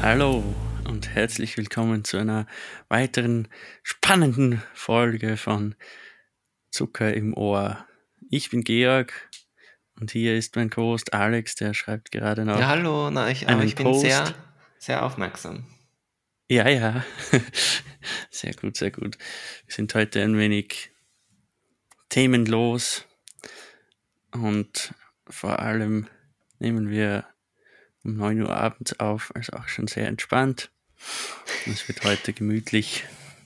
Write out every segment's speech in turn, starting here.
Hallo und herzlich willkommen zu einer weiteren spannenden Folge von Zucker im Ohr. Ich bin Georg und hier ist mein Co-Host Alex, der schreibt gerade Ja, noch hallo, aber einen ich bin Post. sehr aufmerksam. Ja, sehr gut, sehr gut. Wir sind heute ein wenig themenlos und vor allem nehmen wir um 9 Uhr abends auf, also auch schon sehr entspannt. Es wird heute gemütlich.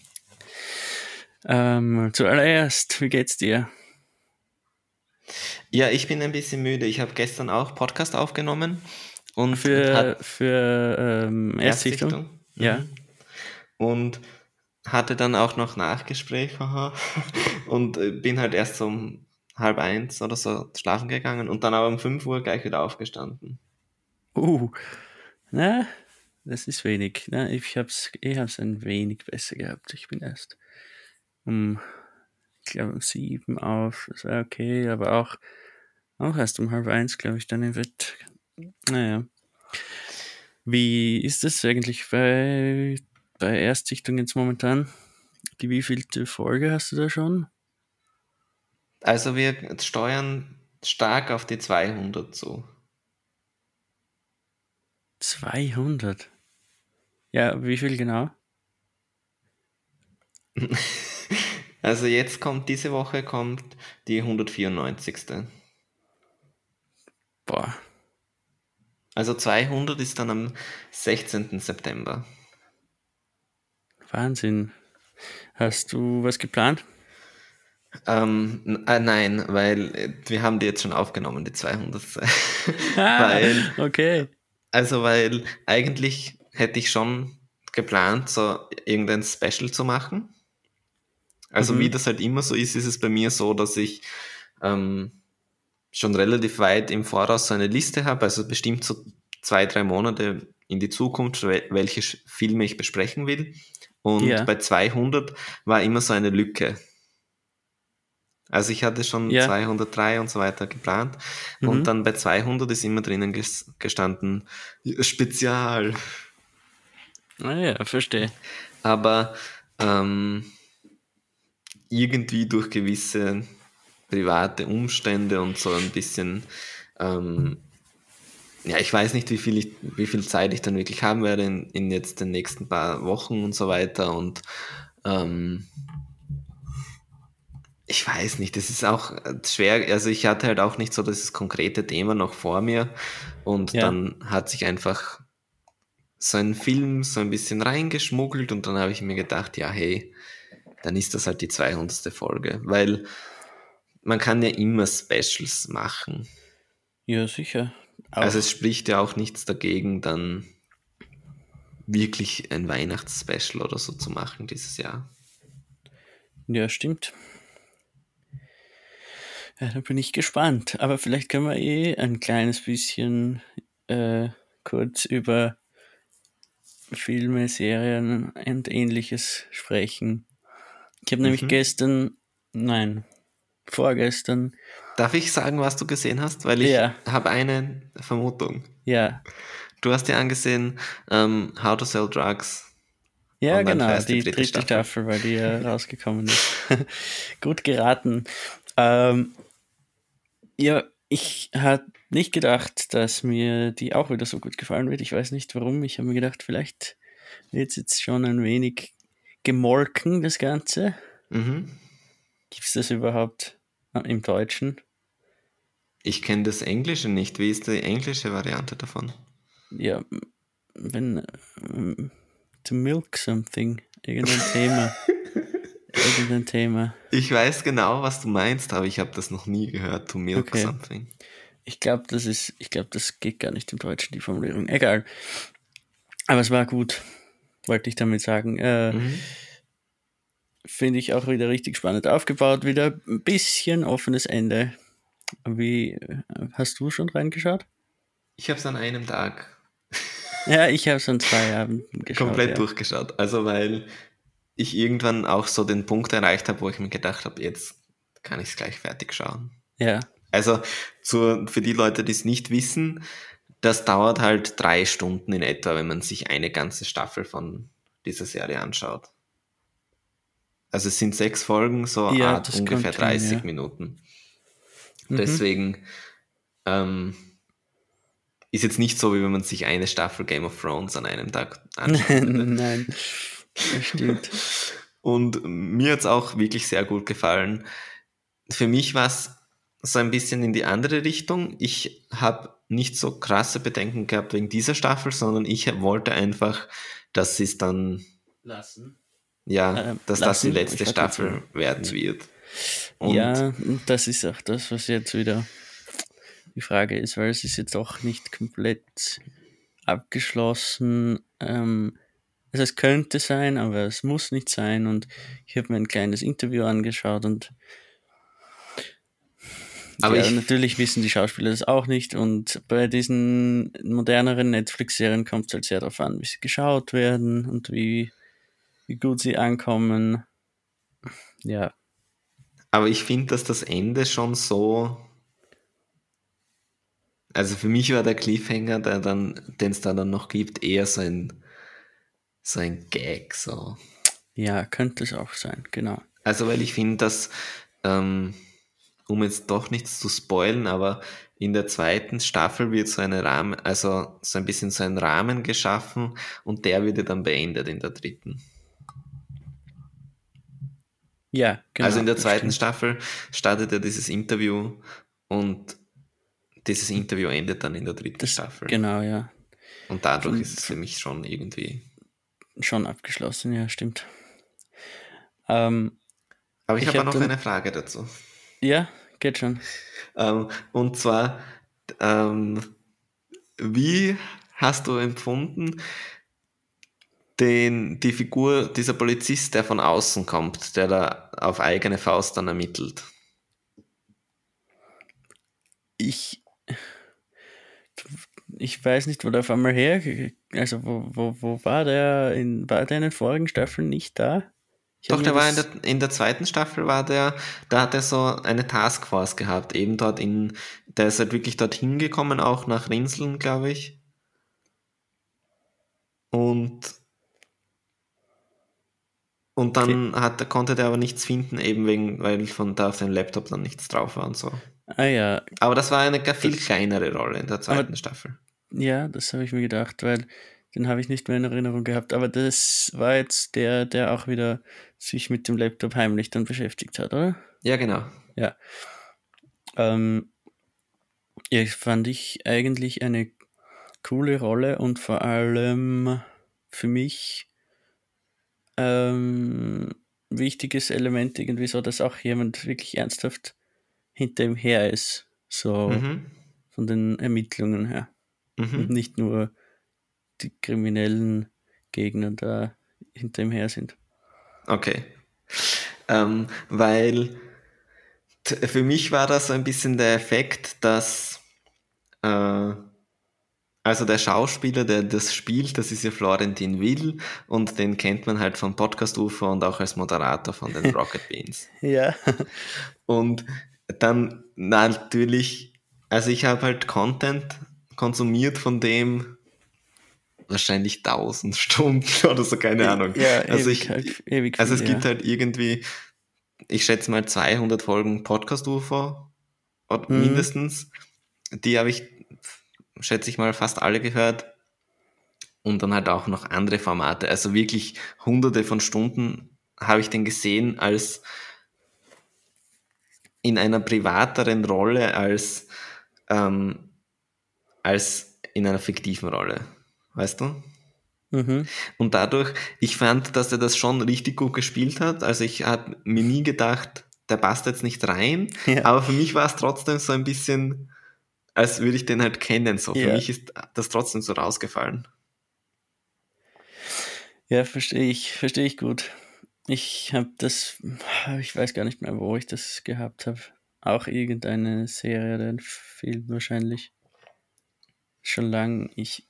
Zuallererst, wie geht's dir? Ja, ich bin ein bisschen müde. Ich habe gestern auch Podcast aufgenommen und Für Erstsichtung? Erstsichtung. Ja. Und hatte dann auch noch Nachgespräch, haha. Und bin halt erst so um 12:30 oder so schlafen gegangen und dann aber um 5 Uhr gleich wieder aufgestanden. Uh, na, das ist wenig. Na, ich hab's ein wenig besser gehabt. Ich bin erst ich glaube, um 7 auf. Das war okay, aber auch erst um 12:30, glaube ich, dann im Bett. Naja. Wie ist das eigentlich bei Erstsichtung jetzt momentan? Die wievielte Folge hast du da schon? Also wir steuern stark auf die 200 zu. 200. Ja, wie viel genau? Also diese Woche kommt die 194. Boah, Also 200 ist dann am 16. September. Wahnsinn. Hast du was geplant? Nein, weil wir haben die jetzt schon aufgenommen, die 200. Ah, weil, okay. weil eigentlich hätte ich schon geplant, so irgendein Special zu machen. Also wie Mhm. das halt immer so ist es bei mir so, dass ich ähm, schon relativ weit im Voraus so eine Liste habe, also bestimmt so 2, 3 Monate in die Zukunft, welche Filme ich besprechen will. Und Ja, bei 200 war immer so eine Lücke. Also ich hatte schon ja. 203 und so weiter geplant und Mhm. dann bei 200 ist immer drinnen gestanden, Spezial. Ah ja, verstehe. Aber ähm, irgendwie durch gewisse private Umstände und so ein bisschen, ähm, ja, ich weiß nicht, wie viel Zeit ich dann wirklich haben werde in jetzt den nächsten paar Wochen und so weiter und ähm, ich weiß nicht, das ist auch schwer. Also ich hatte halt auch nicht so das konkrete Thema noch vor mir und Ja. dann hat sich einfach so ein Film so ein bisschen reingeschmuggelt und dann habe ich mir gedacht, ja, hey, dann ist das halt die 200. Folge, weil man kann ja immer Specials machen. Ja, sicher. Also es Auch. spricht ja auch nichts dagegen, dann wirklich ein Weihnachtsspecial oder so zu machen dieses Jahr. Ja, stimmt. Ja, da bin ich gespannt. Aber vielleicht können wir ein kleines bisschen äh, kurz über Filme, Serien und Ähnliches sprechen. Ich habe nämlich Mhm. vorgestern, Darf ich sagen, was du gesehen hast? Weil ich ja, habe eine Vermutung. ja, Du hast dir angesehen, How to Sell Drugs ja, online genau, fest, die die dritte dritte Staffel. Staffel, weil die ja rausgekommen ist. Gut geraten. Ähm, ja, ich hatte nicht gedacht, dass mir die auch wieder so gut gefallen wird. Ich weiß nicht warum. Ich habe mir gedacht, vielleicht wird es jetzt schon ein wenig gemolken, das Ganze. Mhm. Gibt es das überhaupt im Deutschen? Ich kenne das Englische nicht. Wie ist die englische Variante davon? Ja, wenn to milk something, irgendein Thema, irgendein Thema. Ich weiß genau, was du meinst, aber ich habe das noch nie gehört. To milk Okay. something. Ich glaube, das geht gar nicht im Deutschen, die Formulierung. Egal. Aber es war gut, wollte ich damit sagen. Mhm. Finde ich auch wieder richtig spannend aufgebaut. Wieder ein bisschen offenes Ende. Hast du schon reingeschaut? Ich habe es an einem Tag Ja, ich habe es an 2 Abenden geschaut, komplett ja. durchgeschaut. Also weil ich irgendwann auch so den Punkt erreicht habe, wo ich mir gedacht habe, jetzt kann ich es gleich fertig schauen. Ja. Also für die Leute, die es nicht wissen, das dauert halt 3 Stunden in etwa, wenn man sich eine ganze Staffel von dieser Serie anschaut. Also es sind 6 Folgen, so Ja, Art das ungefähr kommt hin, 30 ja. Minuten. Mhm. Deswegen ist jetzt nicht so, wie wenn man sich eine Staffel Game of Thrones an einem Tag anschauen würde. Nein, das stimmt. Und mir hat es auch wirklich sehr gut gefallen. Für mich war es so ein bisschen in die andere Richtung. Ich habe nicht so krasse Bedenken gehabt wegen dieser Staffel, sondern ich wollte einfach, dass sie es dann, Lassen. ja, dass das die Lassen? letzte Ich warte jetzt Staffel mal. werden wird. Und Ja, das ist auch das, was jetzt wieder die Frage ist, weil es ist jetzt auch nicht komplett abgeschlossen. Also es könnte sein, aber es muss nicht sein. Und ich habe mir ein kleines Interview angeschaut und aber ja, ich, natürlich wissen die Schauspieler das auch nicht. Und bei diesen moderneren Netflix-Serien kommt es halt sehr darauf an, wie sie geschaut werden und wie gut sie ankommen. Ja, aber ich finde, dass das Ende schon so, also für mich war der Cliffhanger, den es da dann noch gibt, eher so ein Gag, so. ja, könnte es auch sein, genau. Also, weil ich finde, dass, ähm, um jetzt doch nichts zu spoilen, aber in der zweiten Staffel wird so eine Rahmen, also so ein bisschen so ein Rahmen geschaffen und der wird ja dann beendet in der dritten. Ja, Also in genau, der das zweiten stimmt. Staffel startet ja dieses Interview und dieses Interview endet dann in der dritten Das, Staffel. genau, ja. Und dadurch ist es für Von mich schon irgendwie. schon abgeschlossen, ja, stimmt. Ähm, Aber ich ich habe auch habe noch dann, eine Frage dazu. ja, geht schon. Und zwar, ähm, wie hast du empfunden, die Figur, dieser Polizist, der von außen kommt, der da auf eigene Faust dann ermittelt? Ich, ich weiß nicht, wo der auf einmal her, also wo war der war der in den vorigen Staffeln nicht da? Ich habe Doch, mir der war das, in der zweiten Staffel war der, da hat er so eine Taskforce gehabt, eben dort der ist halt wirklich dorthin gekommen, auch nach Rinseln, glaube ich. Und, und okay, dann konnte der aber nichts finden, eben weil von da auf dem Laptop dann nichts drauf war und so. ah ja, Aber das war eine viel das, kleinere Rolle in der aber zweiten Staffel. ja, das habe ich mir gedacht, weil den habe ich nicht mehr in Erinnerung gehabt, aber das war jetzt der auch wieder sich mit dem Laptop heimlich dann beschäftigt hat, oder? Ja, genau. Ja, ähm, ja, fand ich eigentlich eine coole Rolle und vor allem für mich wichtiges Element irgendwie so, dass auch jemand wirklich ernsthaft hinter ihm her ist, so Mhm. von den Ermittlungen her und Mhm. nicht nur die kriminellen Gegner da hinter ihm her sind. Okay. Weil für mich war das so ein bisschen der Effekt, dass äh, also der Schauspieler, der das spielt, das ist ja Florentin Will und den kennt man halt vom Podcast UFO und auch als Moderator von den Rocket Beans. Ja, Und dann natürlich, also ich habe halt Content konsumiert von dem wahrscheinlich 1000 Stunden oder so, keine Ahnung. ja, Also ewig halt, ewig also viel, es gibt ja. halt irgendwie, ich schätze mal 200 Folgen Podcast UFO Mhm. mindestens. Die habe ich, schätze ich mal, fast alle gehört. Und dann halt auch noch andere Formate. Also wirklich hunderte von Stunden habe ich den gesehen als in einer privateren Rolle ähm, als in einer fiktiven Rolle. Weißt du? Mhm. Und dadurch, ich fand, dass er das schon richtig gut gespielt hat. Also ich habe mir nie gedacht, der passt jetzt nicht rein. Ja, Aber für mich war es trotzdem so ein bisschen, als würde ich den halt kennen. So, für ja, mich ist das trotzdem so rausgefallen. ja, verstehe ich gut. Ich habe das, ich weiß gar nicht mehr, wo ich das gehabt habe. Auch irgendeine Serie oder ein Film wahrscheinlich. Schon lang.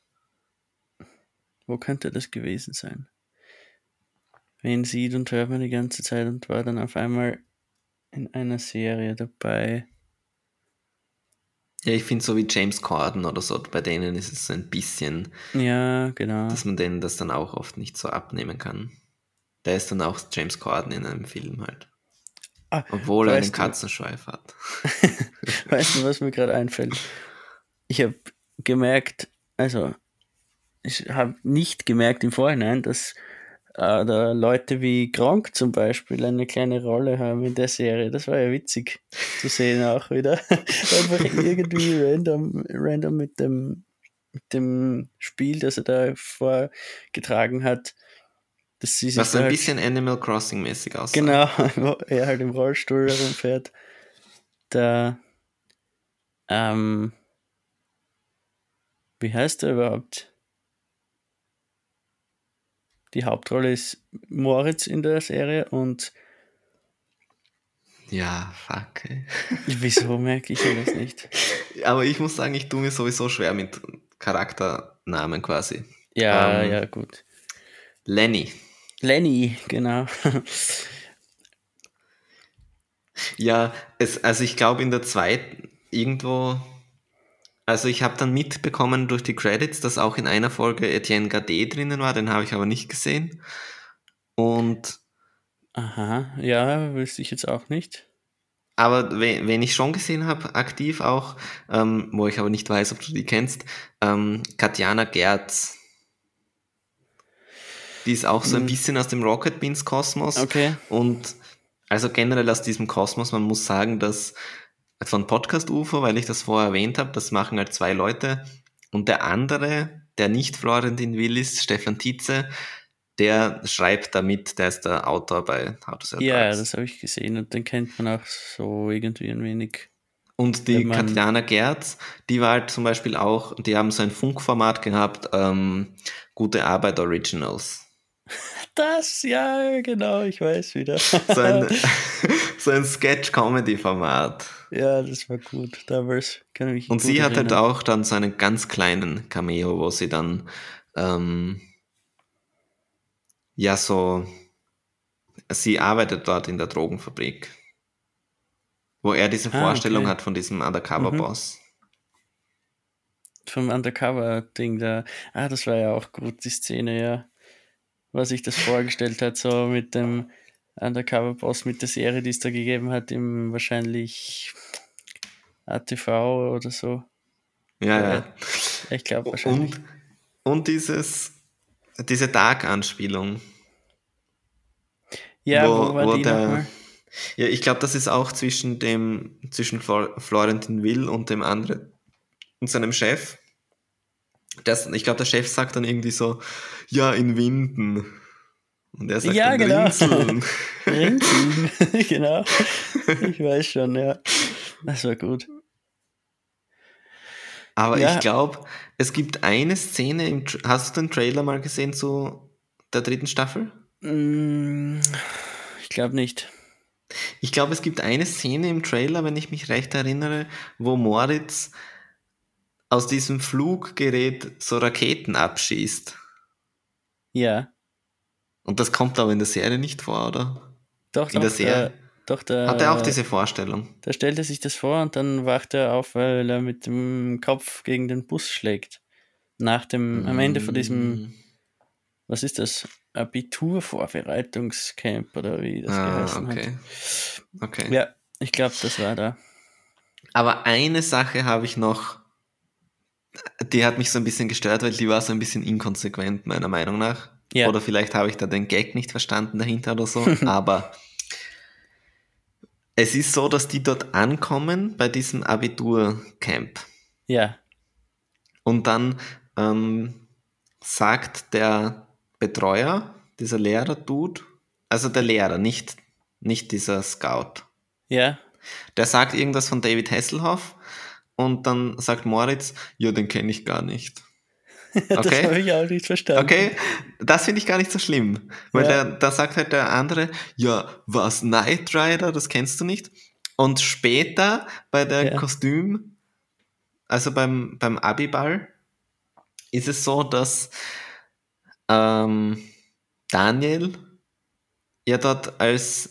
Wo könnte das gewesen sein? Wen sieht und hört man die ganze Zeit und war dann auf einmal in einer Serie dabei. Ja, ich finde so wie James Corden oder so, bei denen ist es so ein bisschen, Ja, genau. dass man denen das dann auch oft nicht so abnehmen kann. Der ist dann auch James Corden in einem Film halt. Ah, Obwohl er einen weißt du, Katzenschweif hat. weißt du, was mir gerade einfällt? Ich habe gemerkt, also ich habe nicht gemerkt im Vorhinein, dass da Leute wie Gronkh zum Beispiel eine kleine Rolle haben in der Serie. Das war ja witzig zu sehen auch wieder. Einfach irgendwie random mit dem Spiel, das er da vorgetragen hat, dass sie sich Was so da ein halt bisschen Animal Crossing-mäßig aussah. genau, wo er halt im Rollstuhl herumfährt. Da, ähm, wie heißt er überhaupt? Die Hauptrolle ist Moritz in der Serie und Ja, fuck. Ey. wieso merke ich mir das nicht? Aber ich muss sagen, ich tue mir sowieso schwer mit Charakternamen quasi. Ja, Ähm, ja, gut. Lenny. Lenny, genau. Ja, also ich glaube in der zweiten irgendwo, also ich habe dann mitbekommen durch die Credits, dass auch in einer Folge Etienne Gade drinnen war, den habe ich aber nicht gesehen. Und Aha, ja, wüsste ich jetzt auch nicht. aber wen ich schon gesehen habe, aktiv auch, wo ich aber nicht weiß, ob du die kennst, Katjana Gerz. Die ist auch so ein Hm, bisschen aus dem Rocket Beans Kosmos okay. und also generell aus diesem Kosmos, man muss sagen, dass von Podcast UFO, weil ich das vorher erwähnt habe, das machen halt zwei Leute und der andere, der nicht Florentin Will ist, Stefan Tietze, der schreibt damit, der ist der Autor bei How to Sell Ja, Drugs. das habe ich gesehen und den kennt man auch so irgendwie ein wenig, Und wenn die man. Katjana Gerz, die war halt zum Beispiel auch, die haben so ein Funkformat gehabt, Gute Arbeit Originals. Das, ja, genau, ich weiß wieder. So ein, so ein Sketch-Comedy-Format. Ja, das war gut. Damals kann ich mich Und gut sie hat halt erinnern. auch dann so einen ganz kleinen Cameo, wo sie dann ähm, ja so, sie arbeitet dort in der Drogenfabrik, wo er diese Ah, Vorstellung okay. hat von diesem Mhm. Undercover-Boss. Vom Undercover-Ding da. Ah, das war ja auch gut, die Szene, ja. Was sich das vorgestellt hat, so mit dem Undercover-Boss, mit der Serie, die es da gegeben hat, im wahrscheinlich ATV oder so. Ja, Oder ja. ich glaube Und, wahrscheinlich. und diese Dark-Anspielung, Ja, wo war wo die der, nochmal? ja, ich glaube, das ist auch zwischen Florentin Will und dem anderen, und seinem Chef. Ich glaube, der Chef sagt dann irgendwie so, ja, in Winden. Und er sagt Ja, dann genau. Rinseln. Rinseln, genau. Ich weiß schon, ja. Das war gut. Aber ich Ja, glaube, es gibt eine Szene hast du den Trailer mal gesehen zu der dritten Staffel? mm, ich glaube nicht. Ich glaube, es gibt eine Szene im Trailer, wenn ich mich recht erinnere, wo Moritz aus diesem Fluggerät so Raketen abschießt. Ja, Und das kommt aber in der Serie nicht vor, oder? doch, In der doch, Serie doch, hat er auch diese Vorstellung. da stellt er sich das vor und dann wacht er auf, weil er mit dem Kopf gegen den Bus schlägt. Am Ende von diesem, Mm, was ist das? Abiturvorbereitungscamp oder wie das geheißen hat. okay, okay. Ja, ich glaube, das war da. Aber eine Sache habe ich noch, die hat mich so ein bisschen gestört, weil die war so ein bisschen inkonsequent, meiner Meinung nach. Ja, Oder vielleicht habe ich da den Gag nicht verstanden dahinter oder so. Aber es ist so, dass die dort ankommen bei diesem Abiturcamp. ja, Und dann sagt der Betreuer, dieser Lehrer-Dude, also der Lehrer, nicht dieser Scout, ja. der sagt irgendwas von David Hasselhoff und dann sagt Moritz, ja, den kenne ich gar nicht. Das Okay? habe ich auch nicht verstanden. Okay, das finde ich gar nicht so schlimm, weil Ja, da sagt halt der andere, ja, was, Knight Rider, das kennst du nicht. Und später bei der ja, Kostüm, also beim Abiball, ist es so, dass ähm, Daniel ja dort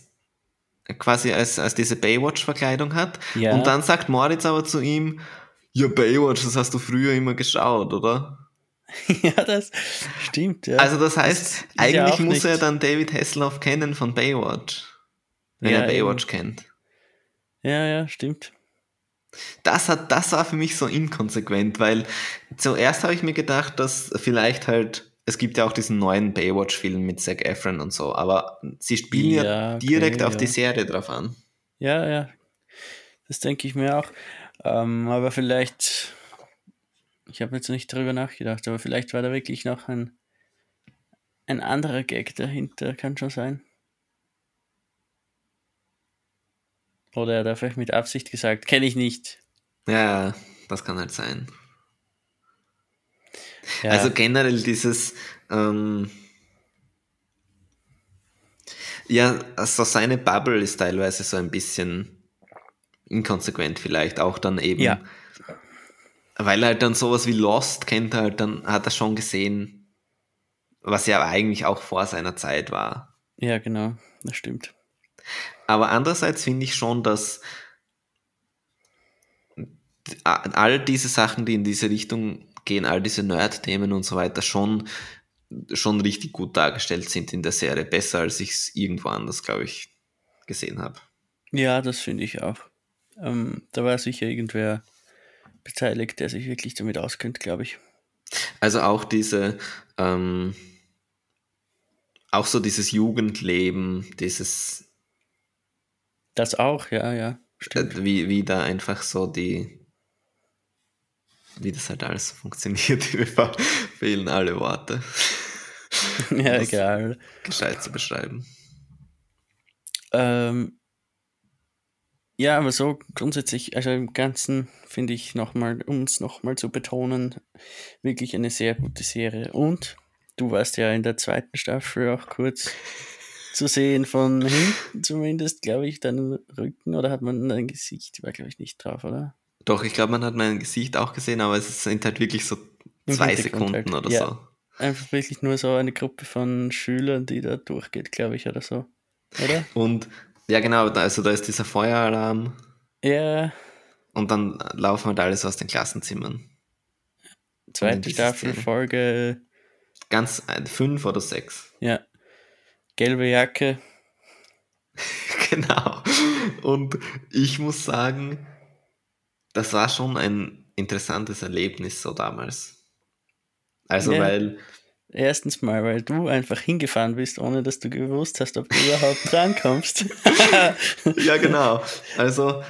quasi als diese Baywatch-Verkleidung hat und ja. dann sagt Moritz aber zu ihm, Ja, Baywatch, das hast du früher immer geschaut, oder? Ja, das stimmt, ja. Also das heißt, Ist ja eigentlich auch muss er nicht. dann David Hasselhoff kennen von Baywatch, wenn er Ja, Baywatch eben. kennt. Ja, ja, stimmt. Das war für mich so inkonsequent, weil zuerst habe ich mir gedacht, dass vielleicht halt, es gibt ja auch diesen neuen Baywatch-Film mit Zac Efron und so, aber sie spielen ja Ja, direkt okay, auf die ja. Serie drauf an. Ja, ja, das denke ich mir auch. Aber vielleicht, ich habe jetzt nicht darüber nachgedacht, aber vielleicht war da wirklich noch ein anderer Gag dahinter, kann schon sein. Oder er hat einfach mit Absicht gesagt, kenne ich nicht. Ja, das kann halt sein. Also Ja, generell dieses, ähm, ja, also seine Bubble ist teilweise so ein bisschen inkonsequent vielleicht, auch dann ja, eben, weil er halt dann sowas wie Lost kennt, er halt dann hat er schon gesehen, was ja eigentlich auch vor seiner Zeit war. ja, genau, das stimmt. Aber andererseits finde ich schon, dass all diese Sachen, die in diese Richtung gehen, all diese Nerd-Themen und so weiter, schon richtig gut dargestellt sind in der Serie. Besser, als ich es irgendwo anders, glaube ich, gesehen habe. Ja, das finde ich auch. Da war sicher irgendwer beteiligt, der sich wirklich damit auskennt, glaube ich. Also auch ähm, auch so dieses Jugendleben, Das auch, ja, ja, stimmt. wie da einfach so wie das halt alles so funktioniert. Mir fehlen alle Worte, um Ja, das egal. gescheit zu beschreiben. Ähm, ja, aber so grundsätzlich, also im Ganzen finde ich nochmal, um es nochmal zu betonen, wirklich eine sehr gute Serie. Und du warst ja in der zweiten Staffel auch kurz zu sehen von hinten zumindest, glaube ich, deinen Rücken oder hat man dein Gesicht, war glaube ich nicht drauf, oder? Doch, ich glaube, man hat mein Gesicht auch gesehen, aber es sind halt wirklich so Im zwei Hintergrund Sekunden halt. oder Ja, so. einfach wirklich nur so eine Gruppe von Schülern, die da durchgeht, glaube ich, oder so. Oder? Und ja, genau, also da ist dieser Feueralarm Ja, und dann laufen halt alles aus den Klassenzimmern. Und in zweite diese Staffel, Szene. Folge, Ganz 5 oder 6. ja, gelbe Jacke. Genau. Und ich muss sagen, das war schon ein interessantes Erlebnis so damals. Also, Ja, weil, erstens mal, weil du einfach hingefahren bist, ohne dass du gewusst hast, ob du überhaupt drankommst. ja, genau. Also,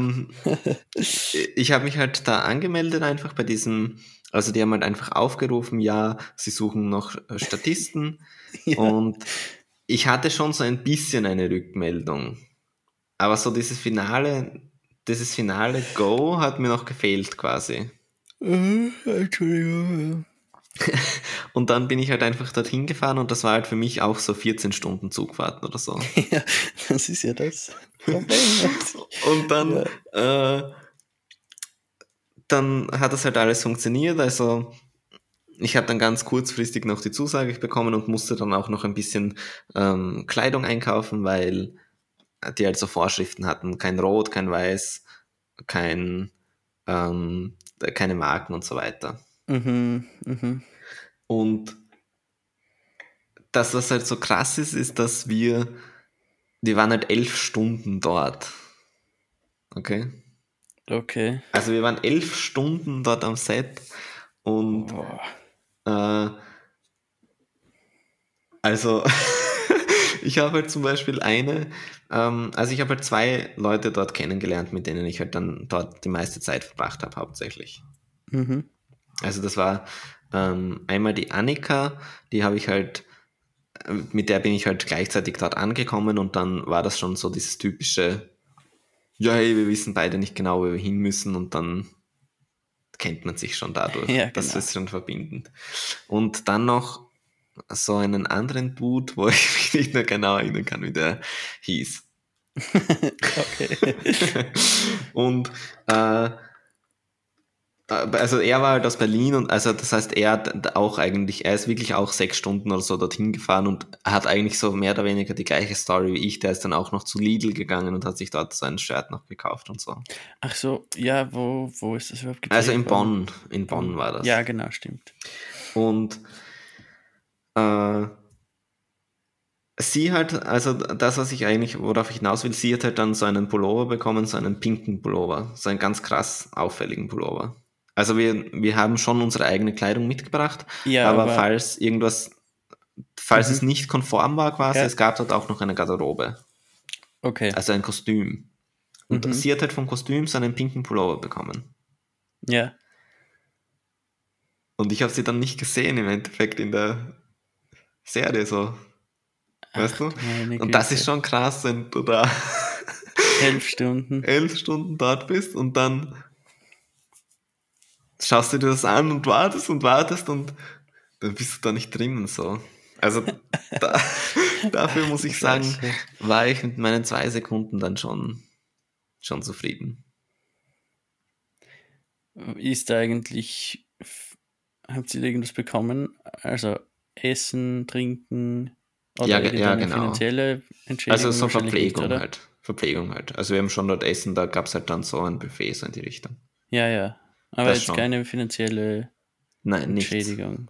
ich habe mich halt da angemeldet einfach bei diesem, also die haben halt einfach aufgerufen, ja, sie suchen noch Statisten Ja. und ich hatte schon so ein bisschen eine Rückmeldung. Aber so dieses finale Go hat mir noch gefehlt quasi. Entschuldigung. Und dann bin ich halt einfach dorthin gefahren und das war halt für mich auch so 14 Stunden Zugfahrt oder so. Ja, das ist ja das Problem. Und Ja. dann hat das halt alles funktioniert. Also ich habe dann ganz kurzfristig noch die Zusage bekommen und musste dann auch noch ein bisschen Kleidung einkaufen, weil die halt so Vorschriften hatten. Kein Rot, kein Weiß, kein, keine Marken und so weiter. Mhm, mhm. Und das, was halt so krass ist, ist, dass wir waren halt 11 Stunden dort. Okay? Okay. Also wir waren 11 Stunden dort am Set und Boah. äh, also ich habe halt zum Beispiel also ich habe halt 2 Leute dort kennengelernt, mit denen ich halt dann dort die meiste Zeit verbracht habe, hauptsächlich. Mhm. Also das war einmal die Annika, die habe ich halt, mit der bin ich halt gleichzeitig dort angekommen und dann war das schon so dieses typische, ja, hey, wir wissen beide nicht genau, wo wir hin müssen und dann kennt man sich schon dadurch. Ja, Das genau. ist schon verbindend. Und dann noch so einen anderen Dude, wo ich mich nicht mehr genau erinnern kann, wie der hieß. Okay. Und äh, Also er war halt aus Berlin und also das heißt, er ist wirklich auch 6 Stunden oder so dorthin gefahren und hat eigentlich so mehr oder weniger die gleiche Story wie ich. Der ist dann auch noch zu Lidl gegangen und hat sich dort so ein Shirt noch gekauft und so. Ach so, ja, wo ist das überhaupt Also gedreht in Bonn war das. Ja, genau, stimmt. Und sie halt, also das, worauf ich hinaus will, sie hat halt dann so einen Pullover bekommen, so einen pinken Pullover, so einen ganz krass auffälligen Pullover. Also wir haben schon unsere eigene Kleidung mitgebracht, Ja, aber aber falls es nicht konform war quasi, Ja. es gab dort auch noch eine Garderobe, okay. also ein Kostüm. Und sie hat halt vom Kostüm so einen pinken Pullover bekommen. Ja. Und ich habe sie dann nicht gesehen im Endeffekt in der Serie so. Weißt du? Meine Und das Güte. ist schon krass, wenn du da 11 Stunden. 11 Stunden dort bist und dann schaust du dir das an und wartest und dann bist du da nicht drinnen so. Also dafür muss ich sagen, Klasse. war ich mit meinen 2 Sekunden dann schon zufrieden. Ist da eigentlich, habt ihr irgendwas bekommen? Also Essen, Trinken oder irgendeine genau. finanzielle Entschädigung? Also so wahrscheinlich Verpflegung nicht, oder? halt. Verpflegung halt. Also wir haben schon dort Essen, da gab es halt dann so ein Buffet so in die Richtung. Ja, ja. Aber Das jetzt schon. keine finanzielle Nein, nichts. Entschädigung.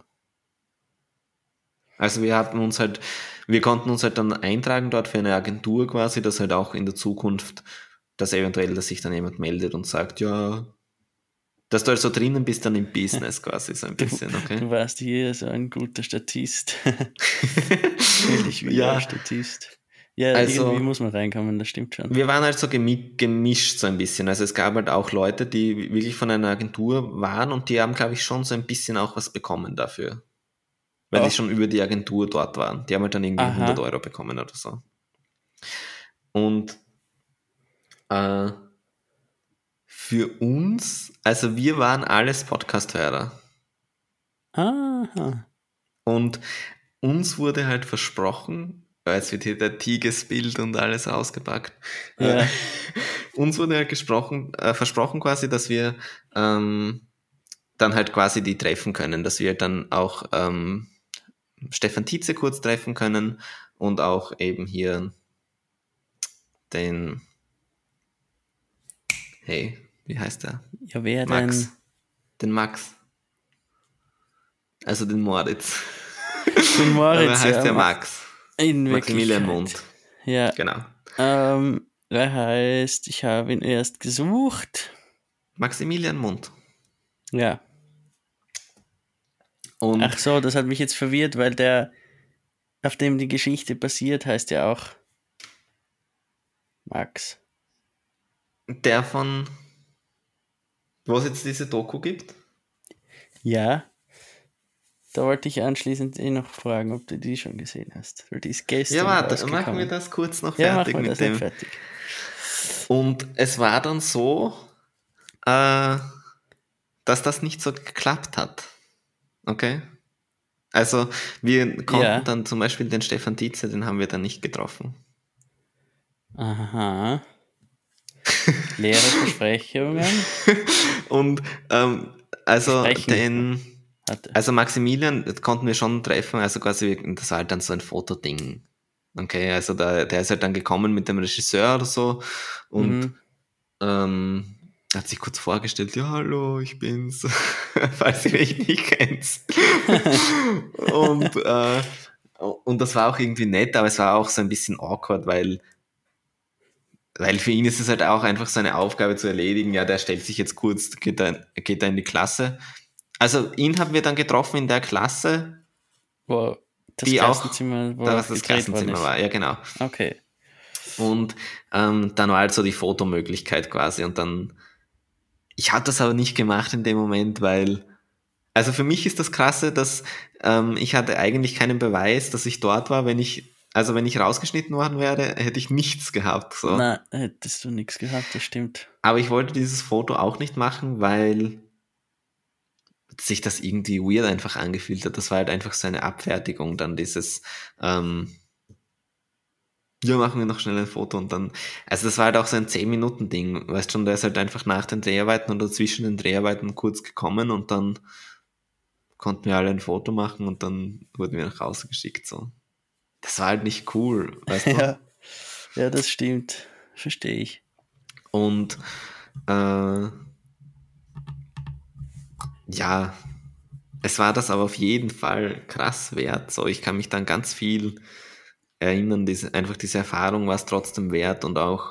Also wir konnten uns halt dann eintragen dort für eine Agentur quasi, dass halt auch in der Zukunft, dass sich dann jemand meldet und sagt, ja, dass du halt so drinnen bist dann im Business quasi so ein bisschen, okay? Du warst hier so ein guter Statist. Ähnlich wie Ja. ein Statist. Ja, Also- irgendwie muss man reinkommen, das stimmt schon. Wir waren halt so gemischt so ein bisschen. Also es gab halt auch Leute, die wirklich von einer Agentur waren und die haben, glaube ich, schon so ein bisschen auch was bekommen dafür. Weil die Oh. schon über die Agentur dort waren. Die haben halt dann irgendwie Aha. 100 Euro bekommen oder so. Und für uns, also wir waren alles Podcast-Hörer. Aha. Und uns wurde halt versprochen, jetzt wird hier der Tigesbild und alles ausgepackt. Ja. Uns wurde halt versprochen quasi, dass wir dann halt quasi die treffen können, dass wir dann auch Stefan Tietze kurz treffen können und auch eben hier den, hey, wie heißt der? Ja, wer Max. denn? Den Max. Also den Moritz. Den Moritz, Aber er heißt ja. ja Max. In Maximilian Wirklichkeit. Mund. Ja. Genau. Er heißt, ich habe ihn erst gesucht. Maximilian Mund. Ja. Und Ach so, das hat mich jetzt verwirrt, weil der, auf dem die Geschichte basiert, heißt ja auch Max. der von, wo es jetzt diese Doku gibt? Ja. Da wollte ich anschließend noch fragen, ob du die schon gesehen hast. Weil die ist gestern Ja, warte, rausgekommen. machen wir das kurz noch Ja, fertig machen wir mit das dem. noch fertig. Und es war dann so, dass das nicht so geklappt hat. Okay? Also wir konnten Ja. dann zum Beispiel den Stefan Tietze, den haben wir dann nicht getroffen. Aha. Leere Versprechungen. Und also Versprechen. Hatte. also Maximilian konnten wir schon treffen, also quasi, das war halt dann so ein Fotoding. Okay, also der ist halt dann gekommen mit dem Regisseur oder so und hat sich kurz vorgestellt, ja, hallo, ich bin's, falls ihr mich nicht kennt. Und das war auch irgendwie nett, aber es war auch so ein bisschen awkward, weil für ihn ist es halt auch einfach seine Aufgabe zu erledigen, ja, der stellt sich jetzt kurz, geht da in die Klasse. Also ihn haben wir dann getroffen in der Klasse, Wo das die auch, Klassenzimmer, wo das gedreht Klassenzimmer worden ist. war, ja genau. Okay. Und dann war halt so die Fotomöglichkeit quasi und dann, ich habe das aber nicht gemacht in dem Moment, weil, also für mich ist das Krasse, dass ich hatte eigentlich keinen Beweis, dass ich dort war, wenn ich rausgeschnitten worden wäre, hätte ich nichts gehabt. So. Na, hättest du nichts gehabt, das stimmt. Aber ich wollte dieses Foto auch nicht machen, weil sich das irgendwie weird einfach angefühlt hat. Das war halt einfach so eine Abfertigung, dann dieses ja, machen wir noch schnell ein Foto und dann, also das war halt auch so ein 10-Minuten-Ding, weißt schon, der ist halt einfach nach den Dreharbeiten oder zwischen den Dreharbeiten kurz gekommen und dann konnten wir alle ein Foto machen und dann wurden wir nach Hause geschickt, so. Das war halt nicht cool, weißt du? Ja, ja, das stimmt. Verstehe ich. Und äh, ja, es war das aber auf jeden Fall krass wert. So, ich kann mich dann ganz viel erinnern, einfach diese Erfahrung war es trotzdem wert und auch